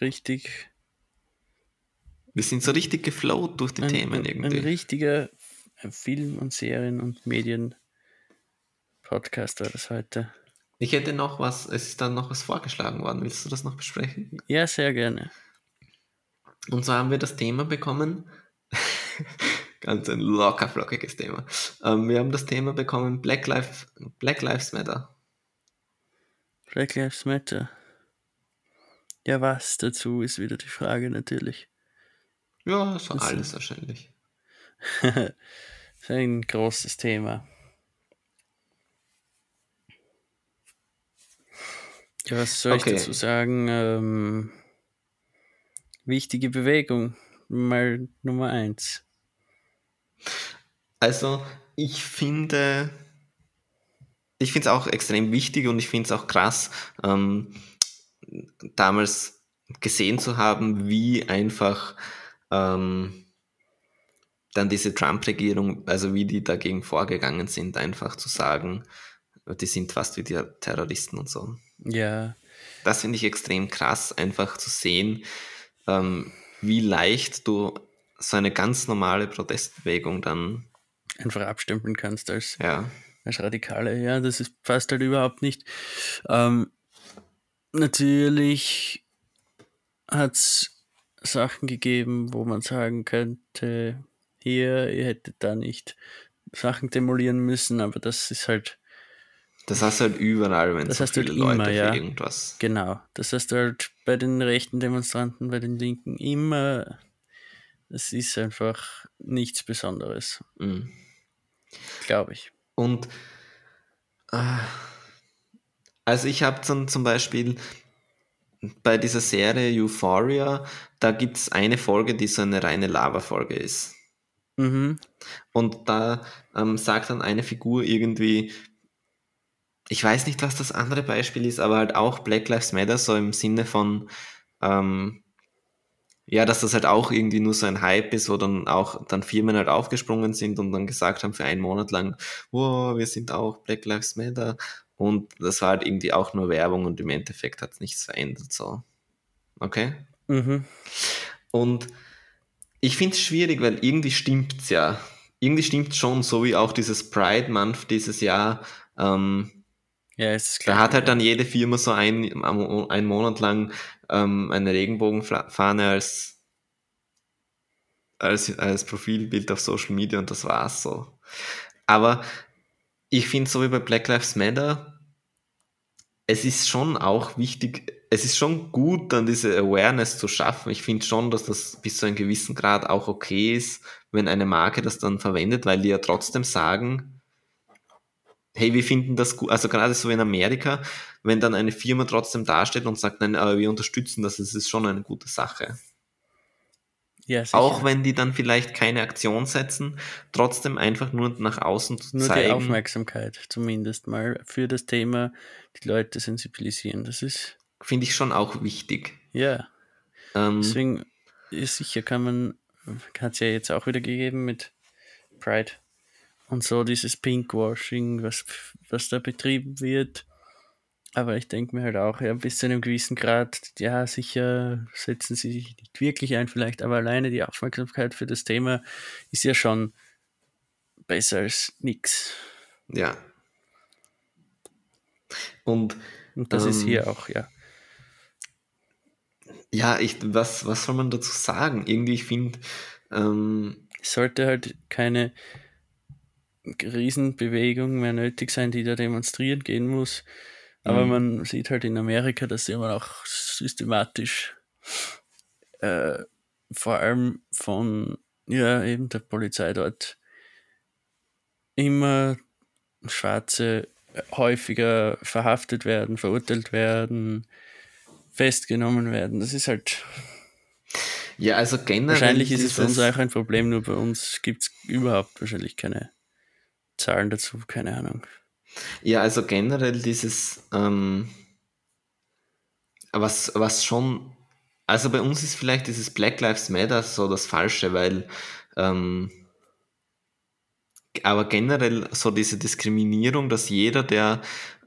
Wir sind so richtig geflowt durch die Themen ein irgendwie. richtiger Film- und Serien- und Medien-Podcast war das heute. Ich hätte noch was, es ist dann noch was vorgeschlagen worden. Willst du das noch besprechen? Ja, sehr gerne. Und zwar haben wir das Thema bekommen, ganz ein locker flockiges Thema. Wir haben das Thema bekommen, Black Lives Matter. Black Lives Matter. Ja, was dazu ist wieder die Frage natürlich. Ja, so Das alles wahrscheinlich. ist ein großes Thema. Ja, was soll ich Okay, dazu sagen? Wichtige Bewegung, mal Nummer 1. also ich finde es auch extrem wichtig und ich finde es auch krass, damals gesehen zu haben, wie einfach dann diese Trump-Regierung, also wie die dagegen vorgegangen sind, einfach zu sagen, die sind fast wie die Terroristen und so. Ja, Das finde ich extrem krass, einfach zu sehen, wie leicht du so eine ganz normale Protestbewegung dann, einfach abstempeln kannst ja, als Radikale. Ja, das ist fast halt überhaupt nicht. Ähm, Natürlich hat es Sachen gegeben, wo man sagen könnte, hier, ihr hättet da nicht Sachen demolieren müssen, aber das ist halt, das hast du halt überall, wenn das so hast du halt viele immer, Leute für ja. irgendwas. Genau. Das hast du halt bei den rechten Demonstranten, bei den Linken immer. Das ist einfach nichts Besonderes, Mm. glaube ich. Und also ich habe dann zum Beispiel bei dieser Serie Euphoria, da gibt es eine Folge, die so eine reine Lava-Folge ist. Mhm. Und da sagt dann eine Figur irgendwie, ich weiß nicht, was das andere Beispiel ist, aber halt auch Black Lives Matter, so im Sinne von, ähm, ja, dass das halt auch irgendwie nur so ein Hype ist, wo dann auch dann Firmen halt aufgesprungen sind und dann gesagt haben für einen Monat lang, wow, wir sind auch Black Lives Matter. Und das war halt irgendwie auch nur Werbung und im Endeffekt hat es nichts verändert, so. Okay? Mhm. Und ich finde es schwierig, weil irgendwie stimmt's ja. Irgendwie stimmt schon, so wie auch dieses Pride Month dieses Jahr. Ja, ist das Da hat Gleiche, halt ja. dann jede Firma so einen Monat lang eine Regenbogenfahne als Profilbild auf Social Media und das war's so. Aber ich finde, so wie bei Black Lives Matter, es ist schon auch wichtig, es ist schon gut, dann diese Awareness zu schaffen. Ich finde schon, dass das bis zu einem gewissen Grad auch okay ist, wenn eine Marke das dann verwendet, weil die ja trotzdem sagen, hey, wir finden das gut, also gerade so in Amerika, wenn dann eine Firma trotzdem dasteht und sagt, nein, aber wir unterstützen das, es ist schon eine gute Sache. Ja, Auch sicher. wenn die dann vielleicht keine Aktion setzen, trotzdem einfach nur nach außen zu Nur die zeigen, Aufmerksamkeit zumindest mal für das Thema, die Leute sensibilisieren. Das ist, finde ich schon auch wichtig. ja, Ähm, deswegen ist sicher hat es ja jetzt auch wieder gegeben mit Pride und so dieses Pinkwashing, was da betrieben wird. Aber ich denke mir halt auch, ja, bis zu einem gewissen Grad, ja, sicher setzen sie sich nicht wirklich ein vielleicht, aber alleine die Aufmerksamkeit für das Thema ist ja schon besser als nix. ja. Und Und das ist ähm, hier auch, ja. ja, was soll man dazu sagen? Irgendwie, ich finde, Es sollte halt keine Riesenbewegung mehr nötig sein, die da demonstrieren gehen muss. Aber man sieht halt in Amerika, dass immer auch systematisch, äh, vor allem von, ja, eben der Polizei dort, immer Schwarze häufiger verhaftet werden, verurteilt werden, festgenommen werden. Das ist halt, ja, also generell wahrscheinlich ist es bei uns auch dieses, ein Problem, nur bei uns gibt es überhaupt wahrscheinlich keine Zahlen dazu, keine Ahnung. ja, also generell dieses, was schon, also bei uns ist vielleicht dieses Black Lives Matter so das Falsche, weil, ähm, aber generell so diese Diskriminierung, dass jeder, der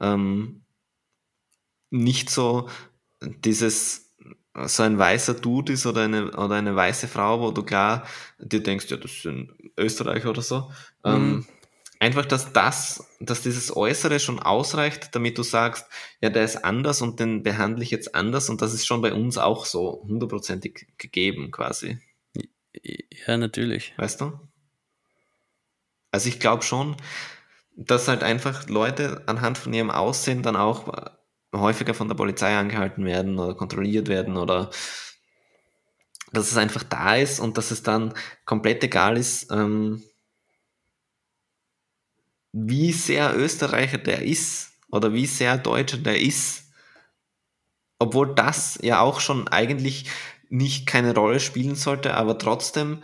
nicht so dieses so ein weißer Dude ist oder eine weiße Frau, wo du klar dir denkst, ja, das ist ein Österreicher oder so. Mhm. Einfach, dass dieses Äußere schon ausreicht, damit du sagst, ja, der ist anders und den behandle ich jetzt anders und das ist schon bei uns auch so hundertprozentig gegeben quasi. Ja, natürlich. Weißt du? Also ich glaube schon, dass halt einfach Leute anhand von ihrem Aussehen dann auch häufiger von der Polizei angehalten werden oder kontrolliert werden oder dass es einfach da ist und dass es dann komplett egal ist, wie sehr Österreicher der ist oder wie sehr Deutscher der ist, obwohl das ja auch schon eigentlich nicht keine Rolle spielen sollte, aber trotzdem,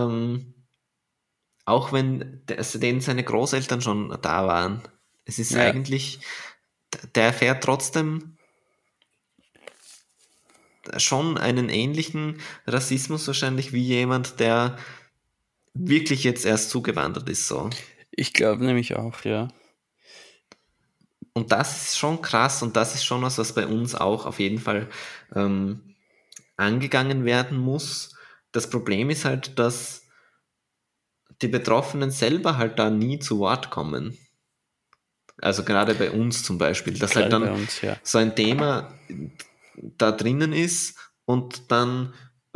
auch wenn denen seine Großeltern schon da waren, es ist Ja, eigentlich, der erfährt trotzdem schon einen ähnlichen Rassismus wahrscheinlich wie jemand, der wirklich jetzt erst zugewandert ist so. ich glaube nämlich auch, ja. Und das ist schon krass und das ist schon was, was bei uns auch auf jeden Fall ähm, angegangen werden muss. Das Problem ist halt, dass die Betroffenen selber halt da nie zu Wort kommen. Also gerade bei uns zum Beispiel, dass halt Gerade bei dann uns, ja. so ein Thema da drinnen ist und dann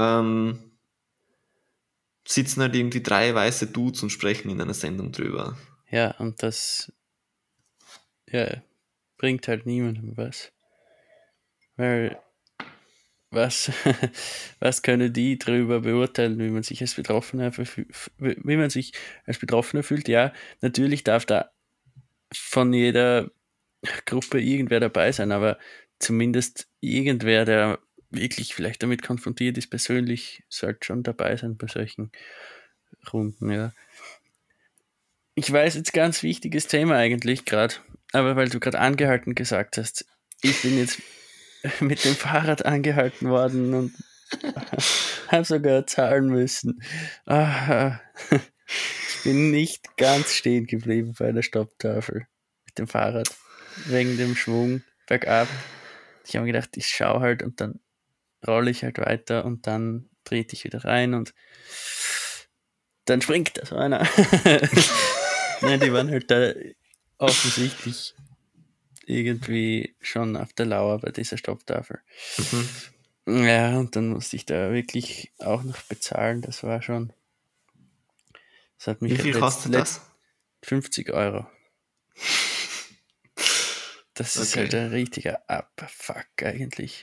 sitzen halt irgendwie drei weiße Dudes und sprechen in einer Sendung drüber. Ja, und das, ja, bringt halt niemandem was. Weil was, was können die darüber beurteilen, wie man sich als Betroffener wie man sich als Betroffener fühlt? Ja, natürlich darf da von jeder Gruppe irgendwer dabei sein, aber zumindest irgendwer, der wirklich vielleicht damit konfrontiert ist, persönlich sollte schon dabei sein bei solchen Runden, ja. Ich weiß jetzt ganz wichtiges Thema eigentlich gerade, aber weil du gerade angehalten gesagt hast, ich bin jetzt mit dem Fahrrad angehalten worden und habe sogar zahlen müssen. Ah, ich bin nicht ganz stehen geblieben bei der Stopptafel mit dem Fahrrad wegen dem Schwung bergab. Ich habe mir gedacht, ich schaue halt und dann rolle ich halt weiter und dann trete ich wieder rein und dann springt da so einer. Nein, die waren halt da offensichtlich irgendwie schon auf der Lauer bei dieser Stopptafel. Mhm. Ja, und dann musste ich da wirklich auch noch bezahlen. Das war schon, das hat mich Wie viel kostet das? 50 Euro. Das ist Okay. halt ein richtiger Abfuck eigentlich.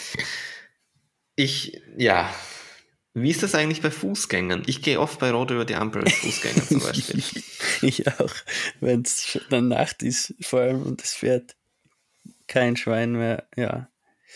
Ja. Wie ist das eigentlich bei Fußgängern? Ich gehe oft bei Rot über die Ampel als Fußgänger zum Beispiel. Ich auch, wenn es dann Nacht ist, vor allem, und es fährt kein Schwein mehr, ja.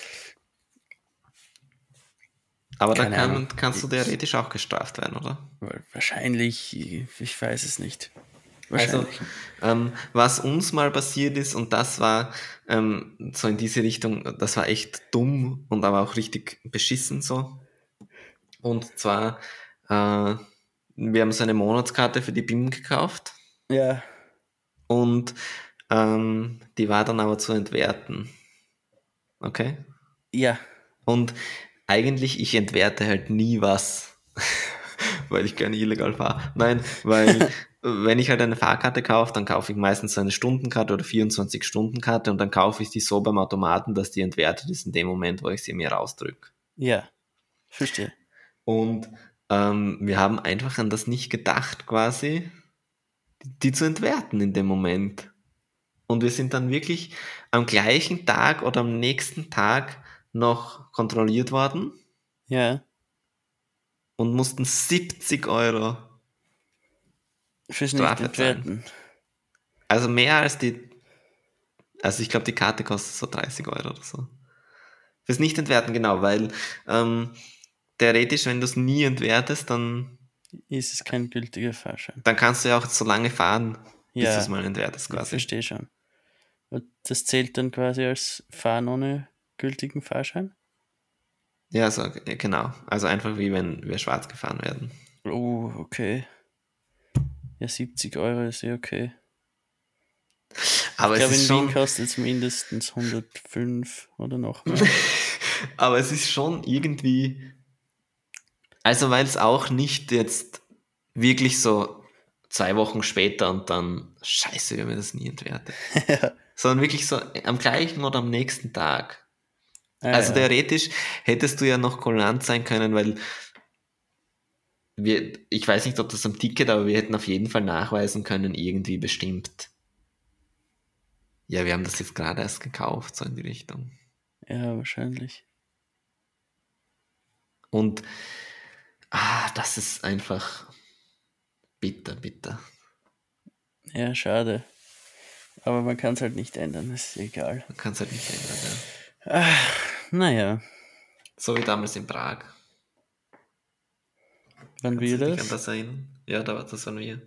Aber da Keine Ahnung. kannst du theoretisch auch gestraft werden, oder? Wahrscheinlich, ich weiß es nicht. Also, Wahrscheinlich. was uns mal passiert ist, und das war so in diese Richtung, das war echt dumm und aber auch richtig beschissen so. Und zwar, wir haben so eine Monatskarte für die BIM gekauft Ja, und die war dann aber zu entwerten. Okay? ja, Und eigentlich, ich entwerte halt nie was, weil ich gerne illegal fahre. Nein, weil wenn ich halt eine Fahrkarte kaufe, dann kaufe ich meistens so eine Stundenkarte oder 24-Stunden-Karte und dann kaufe ich die so beim Automaten, dass die entwertet ist in dem Moment, wo ich sie mir rausdrücke. ja, verstehe. Und wir haben einfach an das nicht gedacht, quasi, die zu entwerten in dem Moment. Und wir sind dann wirklich am gleichen Tag oder am nächsten Tag noch kontrolliert worden Ja, und mussten 70 € fürs Strafe zahlen. Nicht-Entwerten. Also mehr als also ich glaube, die Karte kostet so 30 € oder so. Fürs Nicht-Entwerten, genau, weil theoretisch, wenn du es nie entwertest, Ist es kein gültiger Fahrschein. dann kannst du ja auch so lange fahren, bis du es Ja, mal entwertest ich quasi. verstehe schon. Und das zählt dann quasi als Fahren ohne gültigen Fahrschein? Ja, so, genau. Also einfach wie wenn wir schwarz gefahren werden. Oh, okay. Ja, 70 € ist eh okay. Ich Aber es glaube, ist in Wien schon, kostet es mindestens 105 oder noch mehr. aber es ist schon irgendwie, also weil es auch nicht jetzt wirklich so 2 Wochen später und dann, scheiße, wir haben das nie entwertet. Ja, Sondern wirklich so am gleichen oder am nächsten Tag. Also ja, theoretisch hättest du ja noch kulant sein können, weil ich weiß nicht, ob das am Ticket, aber wir hätten auf jeden Fall nachweisen können, irgendwie bestimmt. Ja, wir haben das jetzt gerade erst gekauft, so in die Richtung. ja, wahrscheinlich. Und das ist einfach bitter, bitter. Ja, schade. Aber man kann es halt nicht ändern, ist egal. Man kann es halt nicht ändern. Ja. Naja, So wie damals in Prag. wann Kannst du wir dich an das? das erinnern? Ja, das waren wir.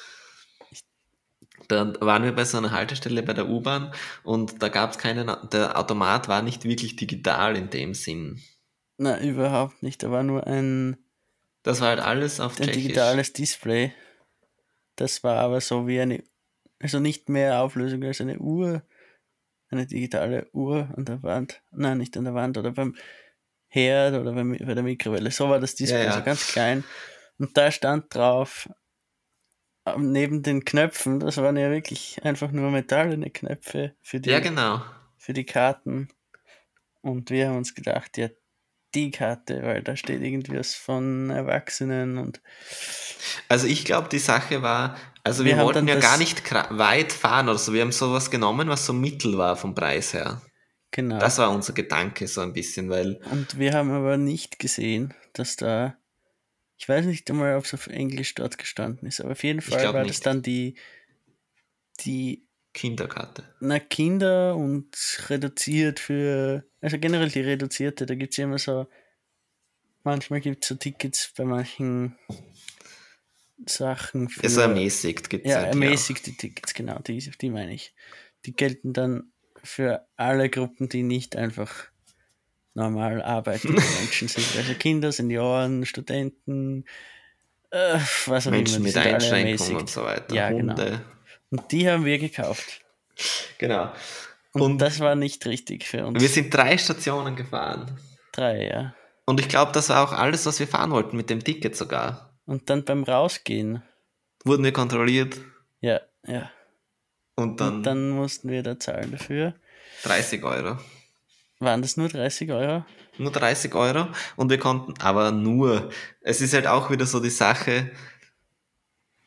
Da waren wir bei so einer Haltestelle bei der U-Bahn und da gab es der Automat war nicht wirklich digital in dem Sinn. Na, überhaupt nicht. Da war nur Das war halt alles auf ein Tschechisch. digitales Display. Das war aber so wie also nicht mehr Auflösung als eine Uhr, eine digitale Uhr an der Wand. Nein, nicht an der Wand oder beim Herd oder bei der Mikrowelle. So war das Ja, Display, so ja. ganz klein. Und da stand drauf, neben den Knöpfen, das waren ja wirklich einfach nur metallene Knöpfe Ja, genau. für die Karten. Und wir haben uns gedacht, ja, die Karte, weil da steht irgendwie was von Erwachsenen und Also ich glaube, die Sache war, also wir wir haben wollten dann ja gar das, nicht weit fahren oder so. Wir haben sowas genommen, was so mittel war vom Preis her. genau. Das war unser Gedanke so ein bisschen, weil Und wir haben aber nicht gesehen, dass da, ich weiß nicht einmal, ob es auf Englisch dort gestanden ist, aber auf jeden ich Fall glaube war das nicht. dann die Kinderkarte. Kinder und reduziert also generell die reduzierte, da gibt es ja immer so, manchmal gibt es so Tickets bei manchen Sachen Ja, so für, ermäßigt gibt es ja, halt hier auch. ermäßigte Tickets, genau, die meine ich. Die gelten dann für alle Gruppen, die nicht einfach normal arbeitende Menschen sind. Also Kinder, Senioren, Studenten, was auch immer, Menschen die mit sind alle Einschränkungen und ermäßigt. so weiter. Ja, genau. Hunde. Und die haben wir gekauft. Genau. Und Und das war nicht richtig für wir uns. sind 3 Stationen gefahren. 3, ja. Und ich glaube, das war auch alles, was wir fahren wollten, mit dem Ticket sogar. Und dann beim Rausgehen, Wurden wir kontrolliert ja, ja. und Und dann dann mussten wir da zahlen dafür. 30 €. Waren das nur 30 €? Nur 30 € und wir konnten, aber nur, es ist halt auch wieder so die Sache,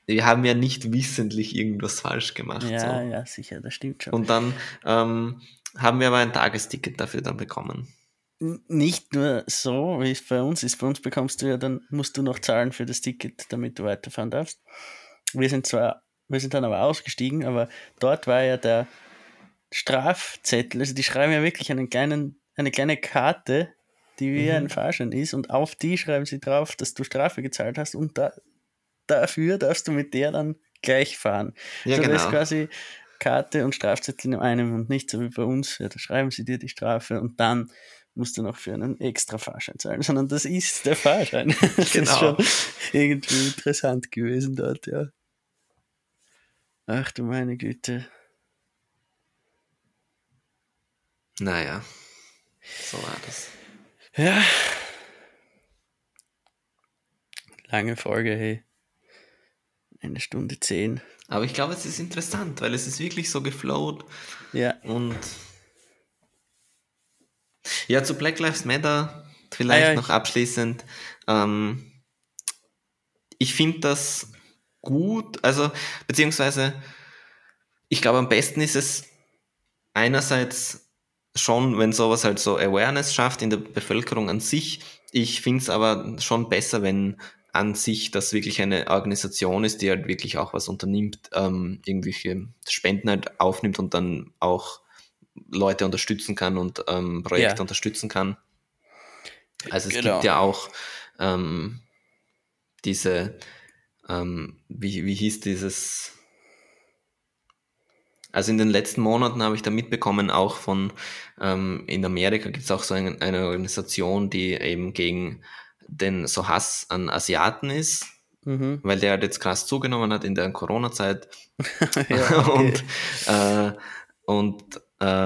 wir haben ja nicht wissentlich irgendwas falsch gemacht. Ja, So. ja, sicher, das stimmt schon. Und dann haben wir aber ein Tagesticket dafür dann bekommen. Nicht nur so, wie es bei uns ist. Bei uns bekommst du ja dann, musst du noch zahlen für das Ticket, damit du weiterfahren darfst. Wir sind dann aber ausgestiegen, aber dort war ja der Strafzettel, also die schreiben ja wirklich eine kleine Karte, die wie ein Fahrschein ist, und auf die schreiben sie drauf, dass du Strafe gezahlt hast, und dafür darfst du mit der dann gleich fahren. Ja, So, das ist genau. quasi Karte und Strafzettel in einem, und nicht so wie bei uns, ja, da schreiben sie dir die Strafe und dann musst du noch für einen extra Fahrschein zahlen, sondern das ist der Fahrschein. Das ist schon Genau. irgendwie interessant gewesen dort, ja. Ach du meine Güte. Naja, so war das. Ja, lange Folge, hey. 1 Stunde 10. Aber ich glaube, es ist interessant, weil es ist wirklich so geflowt. Ja, Und ja, zu Black Lives Matter ja, vielleicht noch abschließend. Ich finde das gut, also beziehungsweise ich glaube, am besten ist es einerseits schon, wenn sowas halt so Awareness schafft in der Bevölkerung an sich. Ich finde es aber schon besser, wenn an sich das wirklich eine Organisation ist, die halt wirklich auch was unternimmt, irgendwelche Spenden halt aufnimmt und dann auch Leute unterstützen kann und Projekte ja, unterstützen kann. Also es gibt genau. ja auch diese, wie hieß dieses, also in den letzten Monaten habe ich da mitbekommen, auch von, in Amerika gibt es auch so eine Organisation, die eben gegen den so Hass an Asiaten ist, Mhm. weil der halt jetzt krass zugenommen hat in der Corona-Zeit. Ja, okay. und äh, und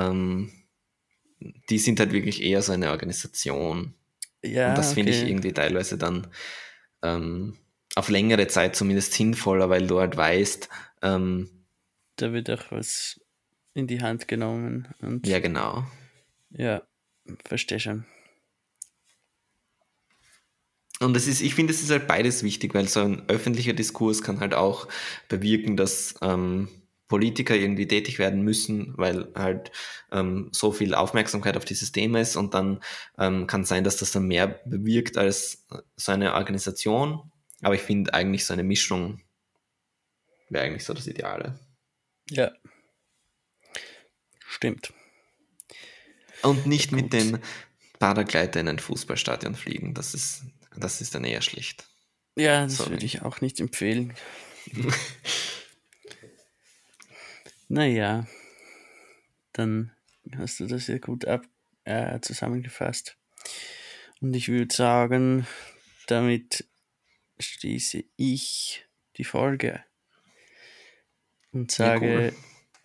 die sind halt wirklich eher so eine Organisation. Und Ja, das finde ich okay. irgendwie teilweise dann auf längere Zeit zumindest sinnvoller, weil du halt weißt, Da wird auch was in die Hand genommen ja und genau. ja, verstehe schon. Und ich finde, es ist halt beides wichtig, weil so ein öffentlicher Diskurs kann halt auch bewirken, dass Politiker irgendwie tätig werden müssen, weil halt so viel Aufmerksamkeit auf dieses Thema ist, und dann kann sein, dass das dann mehr bewirkt als so eine Organisation. Aber ich finde eigentlich so eine Mischung wäre eigentlich so das Ideale. Ja, stimmt. Und Ja, nicht mit gut. dem Paragleiter in ein Fußballstadion fliegen. Das ist dann eher schlecht. Ja, das würde Sorry. ich auch nicht empfehlen. Naja, dann hast du das ja gut zusammengefasst. Und ich würde sagen, damit schließe ich die Folge und Ja, cool. sage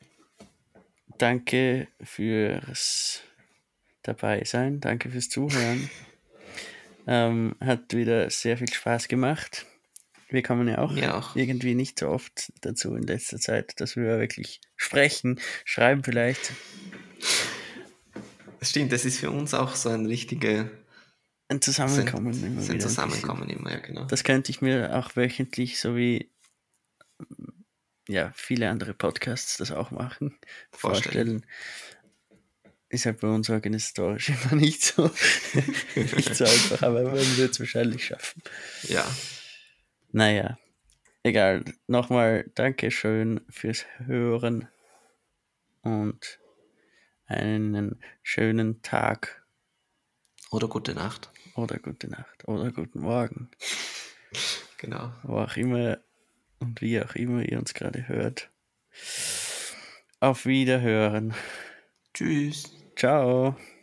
danke fürs Dabeisein, danke fürs Zuhören. Hat wieder sehr viel Spaß gemacht. Wir kommen ja auch Mir auch. irgendwie nicht so oft dazu in letzter Zeit, dass wir wirklich sprechen, schreiben vielleicht. Das stimmt, das ist für uns auch so ein richtiger Ein Zusammenkommen immer sein wieder ein bisschen. Zusammenkommen immer, ja genau. Das könnte ich mir auch wöchentlich, so wie ja, viele andere Podcasts das auch machen, vorstellen. Ist halt bei uns organisatorisch immer nicht so, nicht so einfach, aber man wird es wahrscheinlich schaffen. Ja, Naja, egal. Nochmal Dankeschön fürs Hören und einen schönen Tag oder gute Nacht. oder gute Nacht oder guten Morgen, Genau. wo auch immer und wie auch immer ihr uns gerade hört. Auf Wiederhören. Tschüss. Ciao.